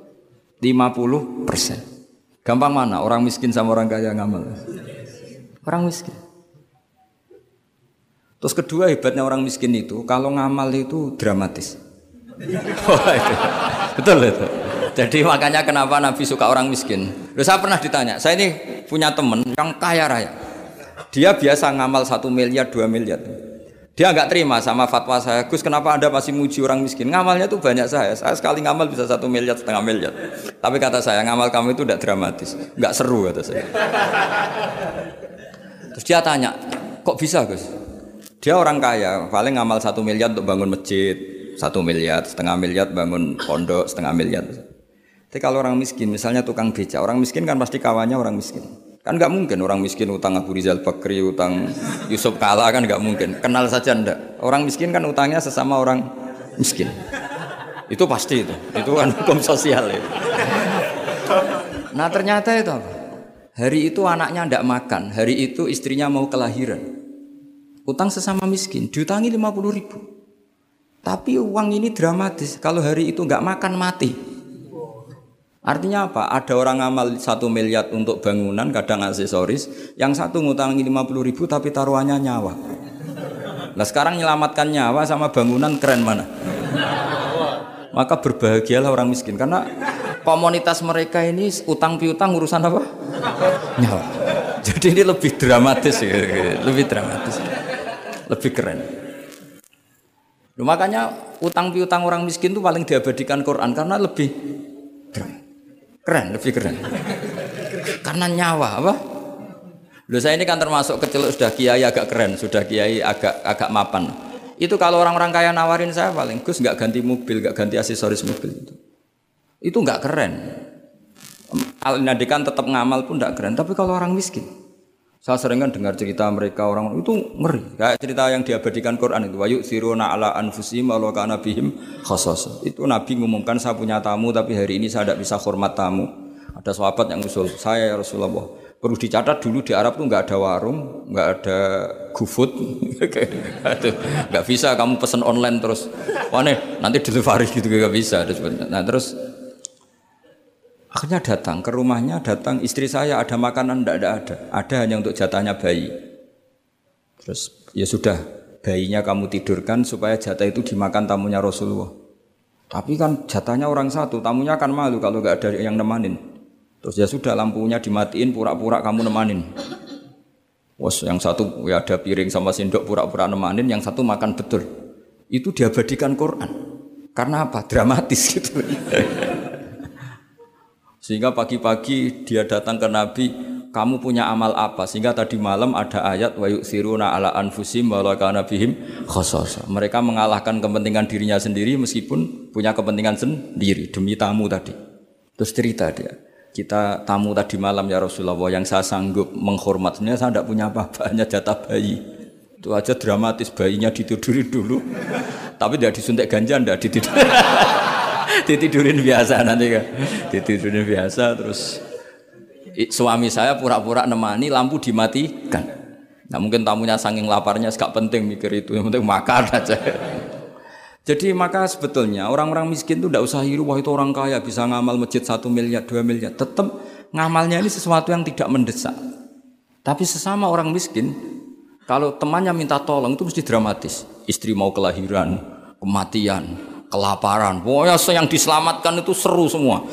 50%. Gampang mana? Orang miskin sama orang kaya ngamal? Orang miskin. Terus kedua hebatnya orang miskin itu kalau ngamal itu dramatis. Oh, itu. Betul itu. Jadi makanya kenapa Nabi suka orang miskin. Loh, saya pernah ditanya, saya ini punya teman yang kaya raya. Dia biasa ngamal 1 miliar 2 miliar. Dia nggak terima sama fatwa saya, Gus kenapa Anda masih muji orang miskin? Ngamalnya tuh banyak saya sekali ngamal bisa 1 miliar, 1,5 miliar. Tapi kata saya ngamal kamu itu tidak dramatis, nggak seru kata saya. Terus dia tanya, kok bisa Gus? Dia orang kaya, paling ngamal 1 miliar untuk bangun masjid, 1 miliar, 1,5 miliar bangun pondok, 1,5 miliar. Tapi kalau orang miskin, misalnya tukang beca, orang miskin kan pasti kawannya orang miskin. Kan nggak mungkin orang miskin utang Abu Rizal Bakri, utang Yusuf Kala kan nggak mungkin. Kenal saja ndak. Orang miskin kan utangnya sesama orang miskin. Itu pasti itu kan hukum sosial ya. Nah ternyata itu apa? Hari itu anaknya ndak makan, hari itu istrinya mau kelahiran. Utang sesama miskin, diutangi 50.000. Tapi uang ini dramatis. Kalau hari itu nggak makan mati. Artinya apa? Ada orang ngamal 1 miliar untuk bangunan, kadang aksesoris. Yang satu ngutangi 50.000 tapi taruhannya nyawa. Nah sekarang menyelamatkan nyawa sama bangunan keren mana? Maka berbahagialah orang miskin. Karena komunitas mereka ini utang piutang urusan apa? Nyawa. Jadi ini lebih dramatis ya. Lebih dramatis. Lebih keren. Loh, makanya utang piutang orang miskin itu paling diabadikan Quran karena lebih keren, lebih keren. Karena nyawa apa? Loh saya ini kan termasuk kecil sudah kiai agak keren, sudah kiai agak mapan. Itu kalau orang-orang kaya nawarin saya paling Gus nggak ganti mobil, nggak ganti aksesoris mobil itu. Itu nggak keren. Al-Nadikan tetap ngamal pun nggak keren. Tapi kalau orang miskin, saya sering kan dengar cerita mereka orang itu ngeri. Kayak cerita yang diabadikan Quran itu, wa yu'thiruna ala anfusihim walau kana bihim khassasah. Itu Nabi ngumumkan saya punya tamu tapi hari ini saya tidak bisa hormat tamu. Ada sahabat yang usul, saya ya Rasulullah, Perlu dicatat dulu di Arab tuh nggak ada warung, nggak ada GoFood, nggak bisa kamu pesen online terus, wah nih nanti delivery gitu nggak bisa. Nah terus akhirnya datang ke rumahnya, datang istri saya ada makanan nggak ada hanya untuk jatahnya bayi. Terus ya sudah bayinya kamu tidurkan supaya jatah itu dimakan tamunya Rasulullah. Tapi kan jatahnya orang satu, tamunya kan malu kalau nggak ada yang nemanin. Terus ya sudah lampunya dimatiin pura-pura kamu nemanin. Wos yang satu ya ada piring sama sendok pura-pura nemanin, yang satu makan betul. Itu diabadikan Quran. Karena apa? Dramatis gitu. Sehingga pagi-pagi dia datang ke Nabi, kamu punya amal apa? Sehingga tadi malam ada ayat wa yu'thiruna ala anfusim wa law kana bihim khasasa. Mereka mengalahkan kepentingan dirinya sendiri meskipun punya kepentingan sendiri demi tamu tadi. Terus cerita dia, kita tamu tadi malam ya Rasulullah, yang saya sanggup menghormatnya saya tidak punya apa-apa, hanya jatah bayi. Itu aja dramatis, bayinya ditidurin dulu. Tapi tidak disuntik ganja, tidak ditidurin. Ditidurin biasa nanti kan. Ditidurin biasa terus suami saya pura-pura nemani, lampu dimatikan. Nah mungkin tamunya saking laparnya gak penting mikir itu, yang penting makan aja. Jadi maka sebetulnya orang-orang miskin itu tidak usah hiru, wah itu orang kaya bisa ngamal masjid 1 miliar, 2 miliar. Tetap ngamalnya ini sesuatu yang tidak mendesak. Tapi sesama orang miskin, kalau temannya minta tolong itu mesti dramatis. Istri mau kelahiran, kematian, kelaparan. Pokoknya yang diselamatkan itu seru semua.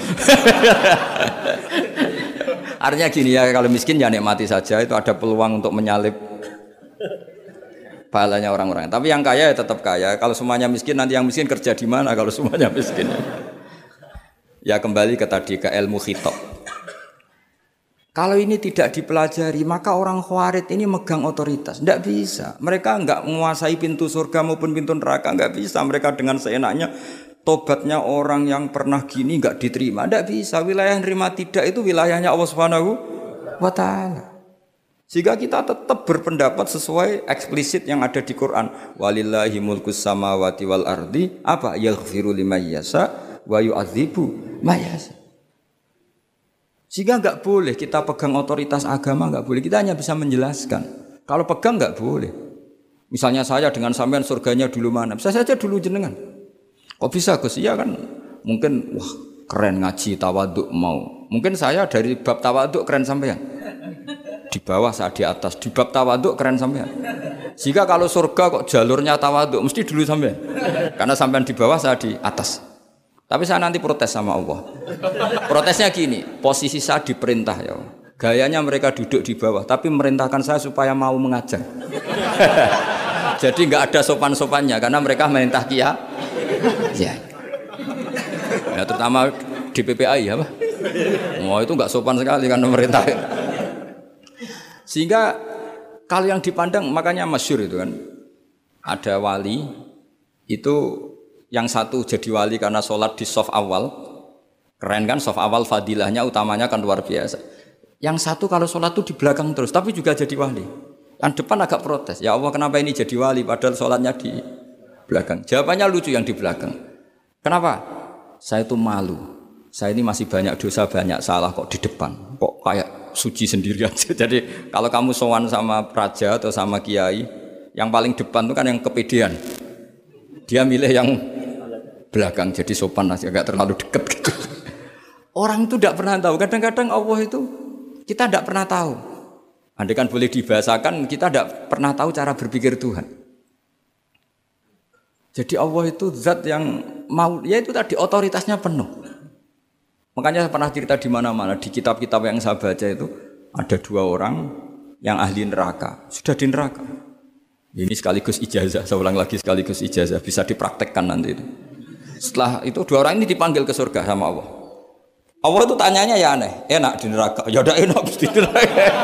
Artinya gini ya, kalau miskin ya nikmati saja, itu ada peluang untuk menyalip pahalanya orang-orang. Tapi yang kaya ya tetap kaya. Kalau semuanya miskin, nanti yang miskin kerja di mana kalau semuanya miskin? Ya kembali ke tadi, ke ilmu khitab. Kalau ini tidak dipelajari, maka orang khawarij ini megang otoritas. Tidak bisa. Mereka enggak menguasai pintu surga maupun pintu neraka. Enggak bisa. Mereka dengan seenaknya, tobatnya orang yang pernah gini enggak diterima. Tidak bisa. Wilayah yang nerima tidak itu wilayahnya Allah Subhanahu wa Ta'ala. Sehingga kita tetap berpendapat sesuai eksplisit yang ada di Quran. Walillahi mulkus samawati wal ardi. Apa? Yaghfiru liman yasha wa yu'adzibu man yasha. Sehingga enggak boleh kita pegang otoritas agama, enggak boleh. Kita hanya bisa menjelaskan. Kalau pegang enggak boleh. Misalnya saya dengan sampean surganya dulu mana? Bisa saja dulu jenengan. Kok bisa Gus? Iya kan mungkin wah keren ngaji tawaduk mau. Mungkin saya dari bab tawaduk keren sampean. Di bawah saat di atas, di bab tawaduk keren sampean. Jika kalau surga kok jalurnya tawaduk, mesti dulu sampean. Karena sampean di bawah, saya di atas. Tapi saya nanti protes sama Allah. Protesnya gini, posisi saya diperintah ya. Gayanya mereka duduk di bawah, tapi merintahkan saya supaya mau mengajar. Jadi nggak ada sopan-sopannya, karena mereka merintah ya. Ya terutama di PPI ya, Pak. Wah itu nggak sopan sekali karena merintah. Sehingga kalau yang dipandang, makanya masyhur itu kan, ada wali itu yang satu jadi wali karena sholat di shaf awal, keren kan, shaf awal fadilahnya utamanya kan luar biasa. Yang satu kalau sholat itu di belakang terus, tapi juga jadi wali. Yang depan agak protes, ya Allah kenapa ini jadi wali padahal sholatnya di belakang. Jawabannya lucu yang di belakang. Kenapa? Saya itu malu. Saya ini masih banyak dosa, banyak salah kok di depan. Kok kayak suci sendiri aja. Jadi kalau kamu sowan sama praja atau sama kiai, yang paling depan itu kan yang kepedean. Dia milih yang belakang, jadi sopan aja, agak terlalu dekat gitu. Orang itu tidak pernah tahu. Kadang-kadang Allah itu kita tidak pernah tahu. Andai kan boleh dibahasakan, kita tidak pernah tahu cara berpikir Tuhan. Jadi Allah itu zat yang mau, ya itu tadi otoritasnya penuh. Makanya saya pernah cerita di mana-mana, di kitab-kitab yang saya baca itu ada 2 orang yang ahli neraka, sudah di neraka. Ini sekaligus ijazah, saya ulang lagi sekaligus ijazah, bisa dipraktekkan nanti itu. Setelah itu 2 orang ini dipanggil ke surga sama Allah. Allah itu tanyanya ya aneh, enak di neraka, ya udah enak di neraka.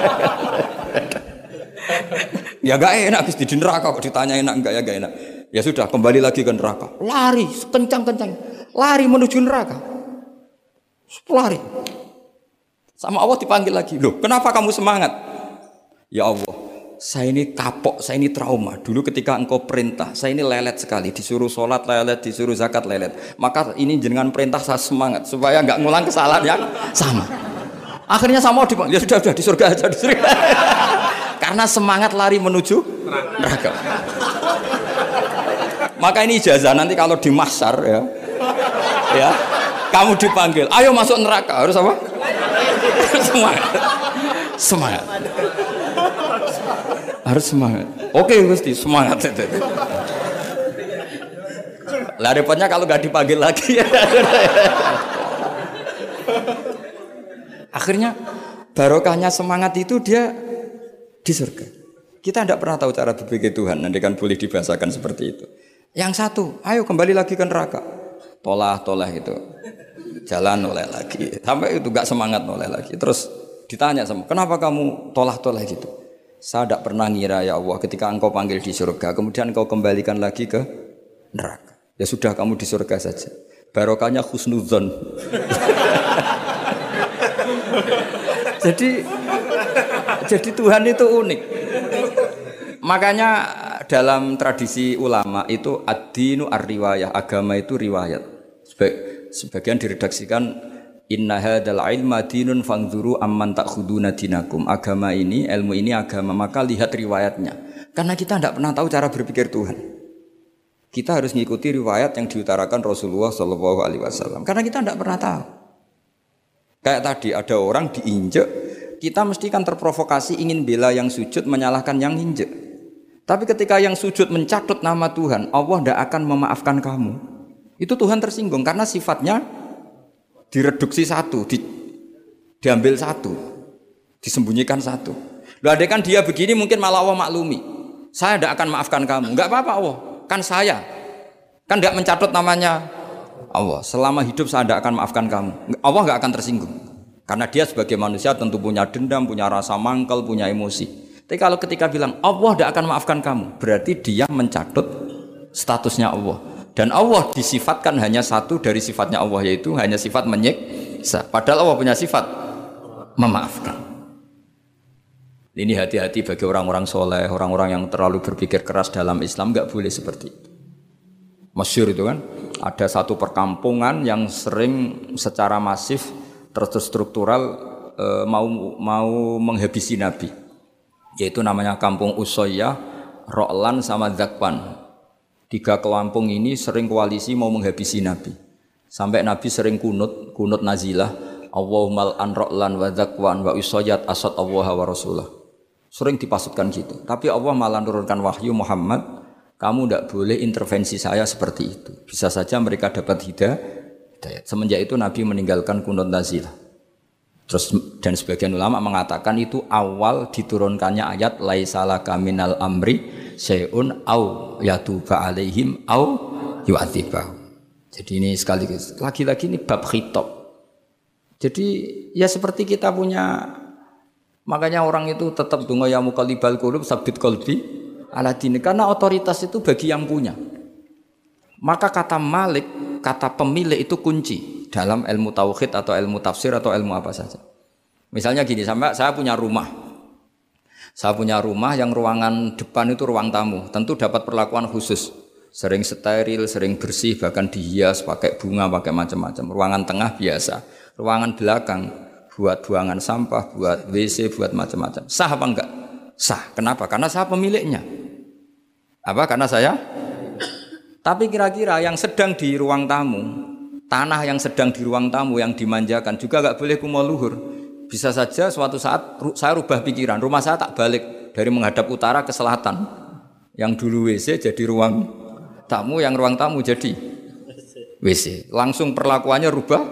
Ya gak enak di neraka kok ditanya enak enggak, ya gak enak. Ya sudah kembali lagi ke neraka, lari kencang-kencang, lari menuju neraka. Lari. Sama Allah dipanggil lagi. Loh, kenapa kamu semangat? Ya Allah, saya ini kapok, saya ini trauma. Dulu ketika engkau perintah, saya ini lelet sekali. Disuruh sholat lelet, disuruh zakat lelet. Maka ini jenengan perintah saya semangat supaya enggak ngulang kesalahan yang sama. Akhirnya sama dipanggil, ya sudah di surga aja di surga. Karena semangat lari menuju neraka. Maka ini ijazah nanti kalau di mahsyar ya, kamu dipanggil, ayo masuk neraka, harus apa? Semangat. Harus semangat. Oke, Gusti, semangat itu. Lah repotnya kalau nggak dipanggil lagi. Akhirnya barokahnya semangat itu dia di surga. Kita tidak pernah tahu cara berpikir Tuhan, nanti kan boleh dibahasakan seperti itu. Yang satu, ayo kembali lagi ke neraka. Tolah itu. Jalan noleh lagi. Sampai itu gak semangat noleh lagi. Terus ditanya sama, kenapa kamu tolah gitu? Saya tidak pernah ngira ya Allah ketika engkau panggil di surga, kemudian engkau kembalikan lagi ke neraka. Ya sudah kamu di surga saja. Barokahnya husnudzon. Jadi Tuhan itu unik. Makanya dalam tradisi ulama itu ad-dinu ar-riwayah, agama itu riwayat. Sebagian diredaksikan inna hadzal ilma dinun fanzuru amman ta'khuduna dinakum. Agama ini, ilmu ini agama, maka lihat riwayatnya. Karena kita tidak pernah tahu cara berpikir Tuhan. Kita harus mengikuti riwayat yang diutarakan Rasulullah SAW. Karena kita tidak pernah tahu. Kayak tadi ada orang diinjek, kita mesti kan terprovokasi ingin bela yang sujud menyalahkan yang injek. Tapi ketika yang sujud mencatut nama Tuhan, Allah tidak akan memaafkan kamu. Itu Tuhan tersinggung karena sifatnya direduksi satu, diambil satu, disembunyikan satu. Loh ada kan dia begini mungkin malah Allah maklumi. Saya tidak akan maafkan kamu. Enggak apa-apa Allah, kan saya. Kan tidak mencatut namanya Allah. Selama hidup saya tidak akan maafkan kamu. Allah enggak akan tersinggung. Karena dia sebagai manusia tentu punya dendam, punya rasa mangkel, punya emosi. Tapi kalau ketika bilang Allah tidak akan maafkan kamu, berarti dia mencatut statusnya Allah. Dan Allah disifatkan hanya satu dari sifatnya Allah, yaitu hanya sifat menyiksa. Padahal Allah punya sifat memaafkan. Ini hati-hati bagi orang-orang soleh, orang-orang yang terlalu berpikir keras dalam Islam, nggak boleh seperti itu. Masyhur itu kan, ada satu perkampungan yang sering secara masif terstruktural mau menghabisi Nabi. Yaitu namanya kampung Usoyyah, Ro'lan sama Zakwan. 3 kampung ini sering koalisi mau menghabisi Nabi. Sampai Nabi sering kunut nazilah, Allahumma an Ro'lan wa Zakwan wa Usoyyat asad Allah wa Rasulah. Sering dipasutkan gitu. Tapi Allah malah menurunkan wahyu, Muhammad, kamu tidak boleh intervensi saya seperti itu. Bisa saja mereka dapat hidayat. Semenjak itu Nabi meninggalkan kunut nazilah. Terus dan sebagian ulama mengatakan itu awal diturunkannya ayat laisalaka minal amri syai'un au yatuba alaihim au yu'adzibahum. Jadi ini sekaligus lagi-lagi ini bab khitab. Jadi ya seperti kita punya, makanya orang itu tetap donga ya muqallibal qulub sabit qalbi ala dini, karena otoritas itu bagi yang punya. Maka kata malik, kata pemilik itu kunci dalam ilmu tauhid atau ilmu tafsir atau ilmu apa saja. Misalnya gini, saya punya rumah. Saya punya rumah yang ruangan depan itu ruang tamu, tentu dapat perlakuan khusus. Sering steril, sering bersih, bahkan dihias pakai bunga, pakai macam-macam. Ruangan tengah biasa, ruangan belakang buat buangan sampah, buat WC, buat macam-macam. Sah apa enggak? Sah. Kenapa? Karena saya pemiliknya. Apa? Karena saya. Tapi kira-kira yang sedang di ruang tamu, tanah yang sedang di ruang tamu yang dimanjakan juga enggak boleh kumo luhur. Bisa saja suatu saat saya rubah pikiran, rumah saya tak balik dari menghadap utara ke selatan. Yang dulu WC jadi ruang tamu, yang ruang tamu jadi WC. Langsung perlakuannya rubah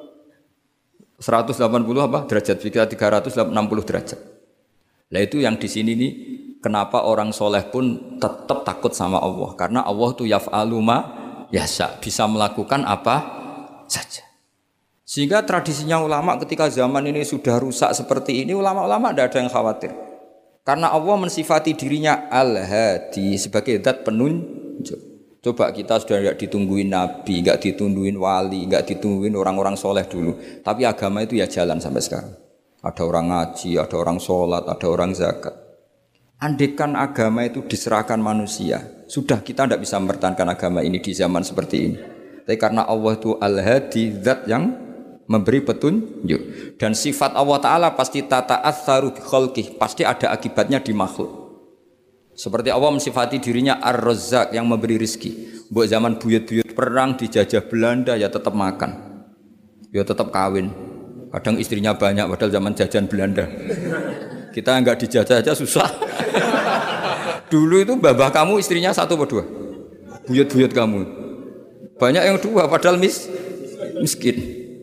180 apa derajat, bisa 360 derajat. Nah itu yang di sini nih, kenapa orang soleh pun tetap takut sama Allah, karena Allah itu yaf'alu ma yasha, bisa melakukan apa saja. Sehingga tradisinya ulama ketika zaman ini sudah rusak seperti ini, ulama-ulama tidak ada yang khawatir. Karena Allah mensifati dirinya Al-Hadi sebagai zat penunjuk. Coba kita sudah tidak ditungguin Nabi, tidak ditungguin wali, tidak ditungguin orang-orang soleh dulu. Tapi agama itu ya jalan sampai sekarang. Ada orang ngaji, ada orang sholat, ada orang zakat. Andaikan agama itu diserahkan manusia, sudah kita tidak bisa mempertahankan agama ini di zaman seperti ini. Tapi karena Allah itu Al-Hadi, zat yang memberi petunjuk. Dan sifat Allah Ta'ala pasti tata'atsaru bi khalqih, pasti ada akibatnya di makhluk. Seperti Allah mensifati dirinya Ar-Razzaq yang memberi rizki. Buat zaman buyut-buyut perang dijajah Belanda ya tetap makan, ya tetap kawin. Kadang istrinya banyak padahal zaman jajan Belanda. Kita enggak dijajah aja susah. Dulu itu babah kamu istrinya 1 atau 2? Buyut-buyut kamu. Banyak yang 2 padahal miskin.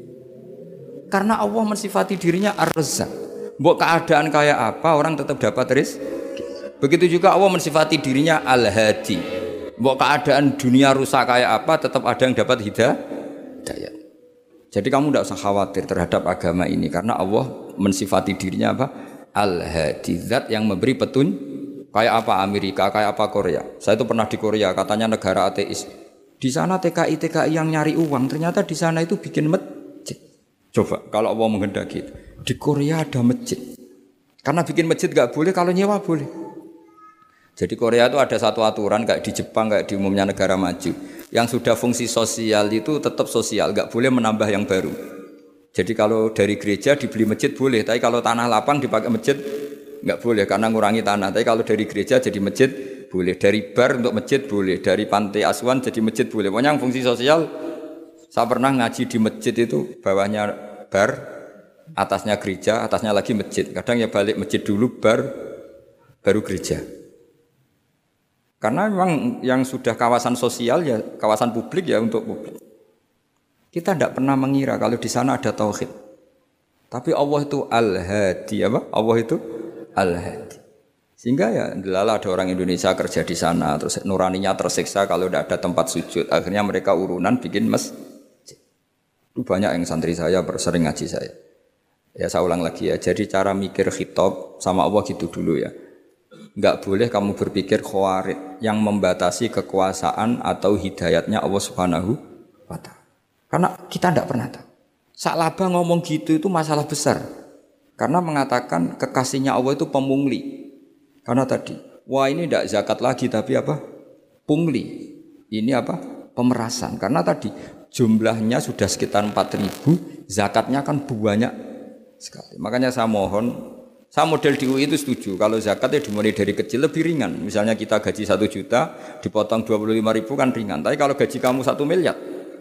Karena Allah mensifati dirinya Ar-Razzaq. Mbok keadaan kayak apa orang tetap dapat rezeki. Begitu juga Allah mensifati dirinya Al-Hadi. Mbok keadaan dunia rusak kayak apa tetap ada yang dapat hidayah. Jadi kamu tidak usah khawatir terhadap agama ini karena Allah mensifati dirinya apa? Al-Hadi, zat yang memberi petunjuk. Kayak apa Amerika, kayak apa Korea. Saya itu pernah di Korea, katanya negara ateis. Di sana TKI yang nyari uang, ternyata di sana itu bikin masjid. Coba kalau Allah menghendaki itu. Di Korea ada masjid. Karena bikin masjid gak boleh, kalau nyewa boleh. Jadi Korea itu ada satu aturan kayak di Jepang, kayak di umumnya negara maju. Yang sudah fungsi sosial itu tetap sosial, gak boleh menambah yang baru. Jadi kalau dari gereja dibeli masjid boleh, tapi kalau tanah lapang dipakai masjid nggak boleh karena ngurangi tanah. Tapi kalau dari gereja jadi masjid boleh, dari bar untuk masjid boleh, dari pantai asuhan jadi masjid boleh. Pokoknya yang fungsi sosial. Saya pernah ngaji di masjid itu bawahnya bar, atasnya gereja, atasnya lagi masjid. Kadang ya balik masjid dulu, bar, baru gereja. Karena memang yang sudah kawasan sosial ya kawasan publik ya untuk publik. Kita tidak pernah mengira kalau di sana ada tauhid. Tapi Allah itu Al-Hadi apa? Allah itu Al-Hadi. Sehingga ya delala ada orang Indonesia kerja di sana terus nuraninya tersiksa kalau tidak ada tempat sujud. Akhirnya mereka urunan bikin masjid. Itu banyak yang santri saya sering ngaji saya. Ya saya ulang lagi ya. Jadi cara mikir khitab sama Allah gitu dulu ya. Enggak boleh kamu berpikir khawarid yang membatasi kekuasaan atau hidayatnya Allah Subhanahu wa ta'ala. Karena kita tidak pernah tahu. Sa'labah ngomong gitu itu masalah besar. Karena mengatakan kekasihnya Allah itu pemungli. Karena tadi, wah ini tidak zakat lagi tapi apa? Pungli. Ini apa? Pemerasan. Karena tadi jumlahnya sudah sekitar 4.000, zakatnya kan banyak sekali. Makanya saya mohon, saya model di UI itu setuju. Kalau zakatnya dimulai dari kecil lebih ringan. Misalnya kita gaji 1 juta, dipotong 25.000 kan ringan. Tapi kalau gaji kamu 1 miliar,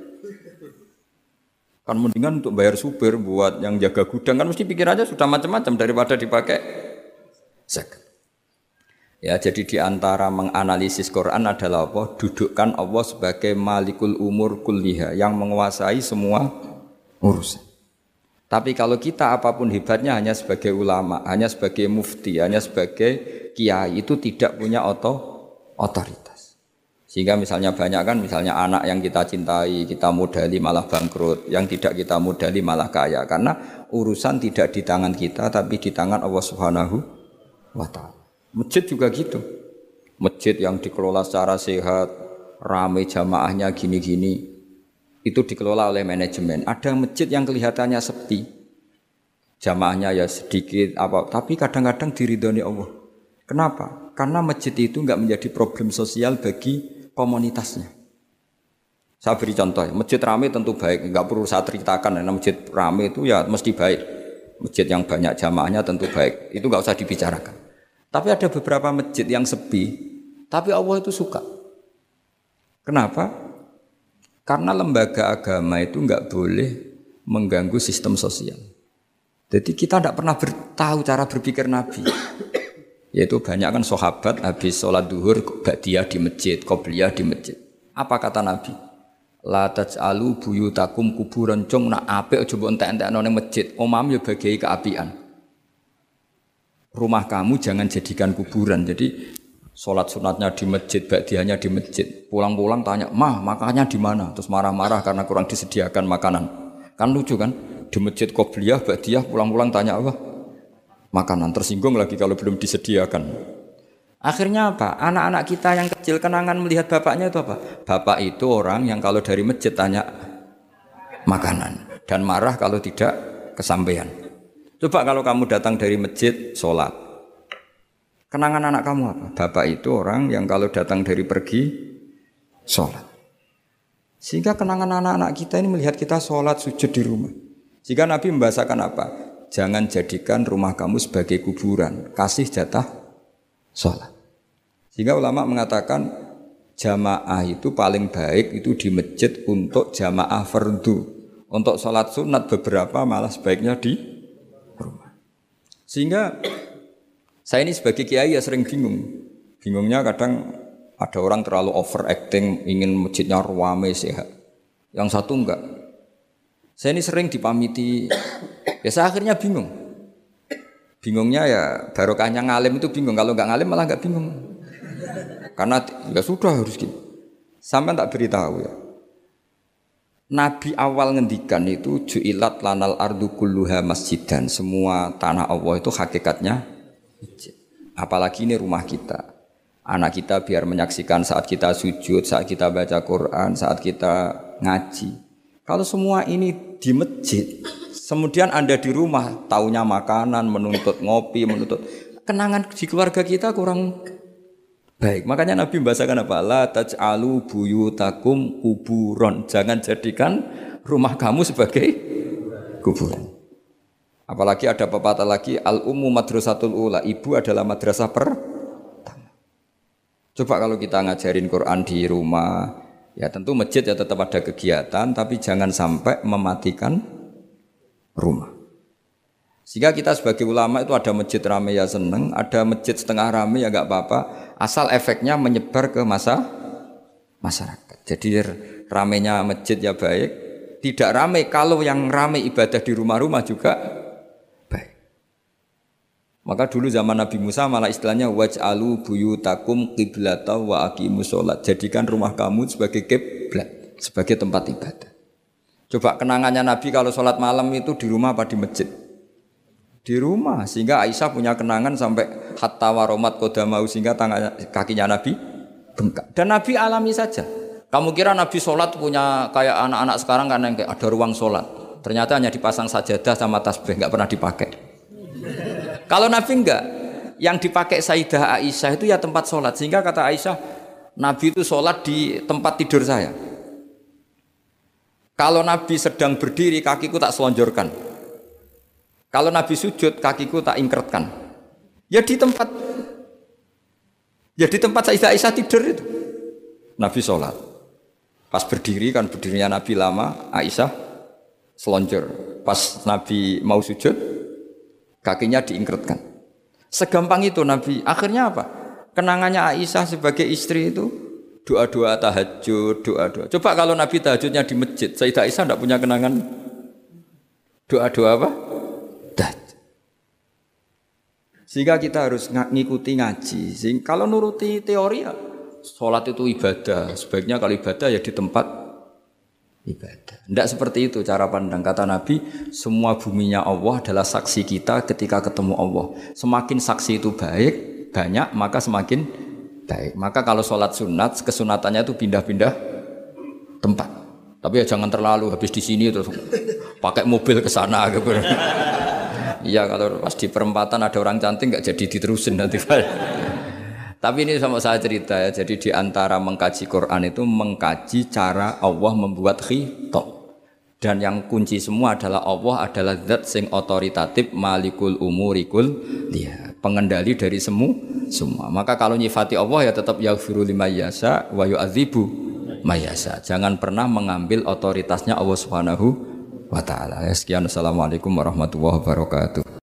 kan mendingan untuk bayar supir buat yang jaga gudang kan mesti pikir aja sudah macam-macam daripada dipakai zakat. Ya jadi diantara menganalisis Quran adalah apa? Dudukkan Allah sebagai Malikul Umur Kulliha yang menguasai semua urusan. Tapi kalau kita apapun hebatnya hanya sebagai ulama, hanya sebagai mufti, hanya sebagai kiai itu tidak punya otoritas. Sehingga misalnya banyak kan, misalnya anak yang kita cintai, kita modali malah bangkrut, yang tidak kita modali malah kaya. Karena urusan tidak di tangan kita, tapi di tangan Allah Subhanahu wa ta'ala. Masjid juga gitu. Masjid yang dikelola secara sehat, ramai jamaahnya gini-gini, itu dikelola oleh manajemen. Ada masjid yang kelihatannya sepi, jamaahnya ya sedikit, tapi kadang-kadang diridhoni Allah. Kenapa? Karena masjid itu enggak menjadi problem sosial bagi komunitasnya. Saya beri contoh, masjid ramai tentu baik, enggak perlu saya ceritakan karena masjid ramai itu ya mesti baik. Masjid yang banyak jamaahnya tentu baik, itu enggak usah dibicarakan. Tapi ada beberapa masjid yang sepi, tapi Allah itu suka. Kenapa? Karena lembaga agama itu enggak boleh mengganggu sistem sosial. Jadi kita enggak pernah tahu cara berpikir Nabi. Yaitu banyak kan sahabat habis sholat duhur ba'diyah di masjid, qobliyah di masjid. Apa kata Nabi? La taj'alu buyutakum kuburan, cung nak apik aja mbok entek-entekno ning masjid. Omam ya bagai keapian. Rumah kamu jangan jadikan kuburan. Jadi sholat sunatnya di masjid, ba'diyahnya di masjid. Pulang-pulang tanya, "Mah, makannya di mana?" Terus marah-marah karena kurang disediakan makanan. Kan lucu kan? Di masjid qobliyah, ba'diyah pulang-pulang tanya apa? Makanan, tersinggung lagi kalau belum disediakan. Akhirnya apa? Anak-anak kita yang kecil kenangan melihat bapaknya itu apa? Bapak itu orang yang kalau dari masjid tanya makanan dan marah kalau tidak kesampaian. Coba kalau kamu datang dari masjid sholat, kenangan anak kamu apa? Bapak itu orang yang kalau datang dari pergi sholat. Sehingga kenangan anak-anak kita ini melihat kita sholat sujud di rumah. Jika Nabi membahasakan apa? Jangan jadikan rumah kamu sebagai kuburan, kasih jatah sholat. Sehingga ulama mengatakan jamaah itu paling baik itu di masjid untuk jamaah fardu. Untuk sholat sunat beberapa malah sebaiknya di rumah. Sehingga saya ini sebagai kiai ya sering bingung. Bingungnya kadang ada orang terlalu overacting, ingin masjidnya ramai sehat. Yang satu enggak. Saya ini sering dipamiti, ya saya akhirnya bingung. Bingungnya ya barokahnya ngalim itu bingung. Kalau enggak ngalim malah enggak bingung. Karena ya sudah harus gitu. Sampai tak beritahu ya. Nabi awal ngendikan itu ju'ilat lanal ardu kulluha masjidan. Semua tanah Allah itu hakikatnya masjid. Apalagi ini rumah kita. Anak kita biar menyaksikan saat kita sujud, saat kita baca Quran, saat kita ngaji. Kalau semua ini di masjid, kemudian Anda di rumah taunya makanan, menuntut ngopi, menuntut kenangan di keluarga kita kurang baik. Makanya Nabi membahasakan apa? La taj'alu buyutakum kuburon. Jangan jadikan rumah kamu sebagai kuburan. Apalagi ada pepatah lagi, al-ummu madrasatul ula. Ibu adalah madrasah pertama. Coba kalau kita ngajarin Quran di rumah, ya tentu masjid ya tetap ada kegiatan, tapi jangan sampai mematikan rumah. Sehingga kita sebagai ulama itu ada masjid rame ya seneng, ada masjid setengah rame ya enggak apa-apa, asal efeknya menyebar ke masyarakat. Jadi ramenya masjid ya baik, tidak rame kalau yang rame ibadah di rumah-rumah juga baik. Maka dulu zaman Nabi Musa malah istilahnya waj'alu buyutakum qiblata wa aqimus sholat. Jadikan rumah kamu sebagai kiblat, sebagai tempat ibadah. Coba kenangannya Nabi kalau sholat malam itu di rumah apa di masjid? Di rumah, sehingga Aisyah punya kenangan sampai hatta waromat kodamau, sehingga kakinya Nabi bengkak. Dan Nabi alami saja. Kamu kira Nabi sholat punya kayak anak-anak sekarang kan yang kayak ada ruang sholat. Ternyata hanya dipasang sajadah sama tasbih, nggak pernah dipakai. Kalau Nabi enggak, yang dipakai Sayyidah Aisyah itu ya tempat sholat. Sehingga kata Aisyah, Nabi itu sholat di tempat tidur saya. Kalau Nabi sedang berdiri, kakiku tak selonjorkan. Kalau Nabi sujud, kakiku tak ingkretkan. Ya di tempat Sayyidah Aisyah tidur itu. Nabi sholat. Pas berdiri kan berdirinya Nabi lama, Aisyah selonjor. Pas Nabi mau sujud, kakinya diingkretkan. Segampang itu Nabi. Akhirnya apa? Kenangannya Aisyah sebagai istri itu doa-doa tahajud, doa-doa. Coba kalau Nabi tahajudnya di masjid, Sayyidah Aisyah tidak punya kenangan doa-doa apa? Sehingga kita harus ngikuti ngaji. Sehingga kalau nuruti teori ya, sholat itu ibadah. Sebaiknya kalau ibadah ya di tempat ibadah. Tidak seperti itu cara pandang. Kata Nabi, semua buminya Allah adalah saksi kita ketika ketemu Allah. Semakin saksi itu baik, banyak, maka semakin baik. Maka kalau sholat sunat, kesunatannya itu pindah-pindah tempat. Tapi ya jangan terlalu habis di sini terus pakai mobil ke sana gitu. Iya, kalau pas di perempatan ada orang cantik nggak jadi diterusin nanti. Tapi ini sama saya cerita ya. Jadi di antara mengkaji Quran itu mengkaji cara Allah membuat khitab. Dan yang kunci semua adalah Allah adalah zat sing otoritatif, malikul umurikul dia, pengendali dari semua. Maka kalau nyifati Allah ya tetap yaghfiru liman yasha wa yu'adzibu may yasha. Jangan pernah mengambil otoritasnya Allah Subhanahu wa ta'ala. Sekian, assalamualaikum warahmatullahi wabarakatuh.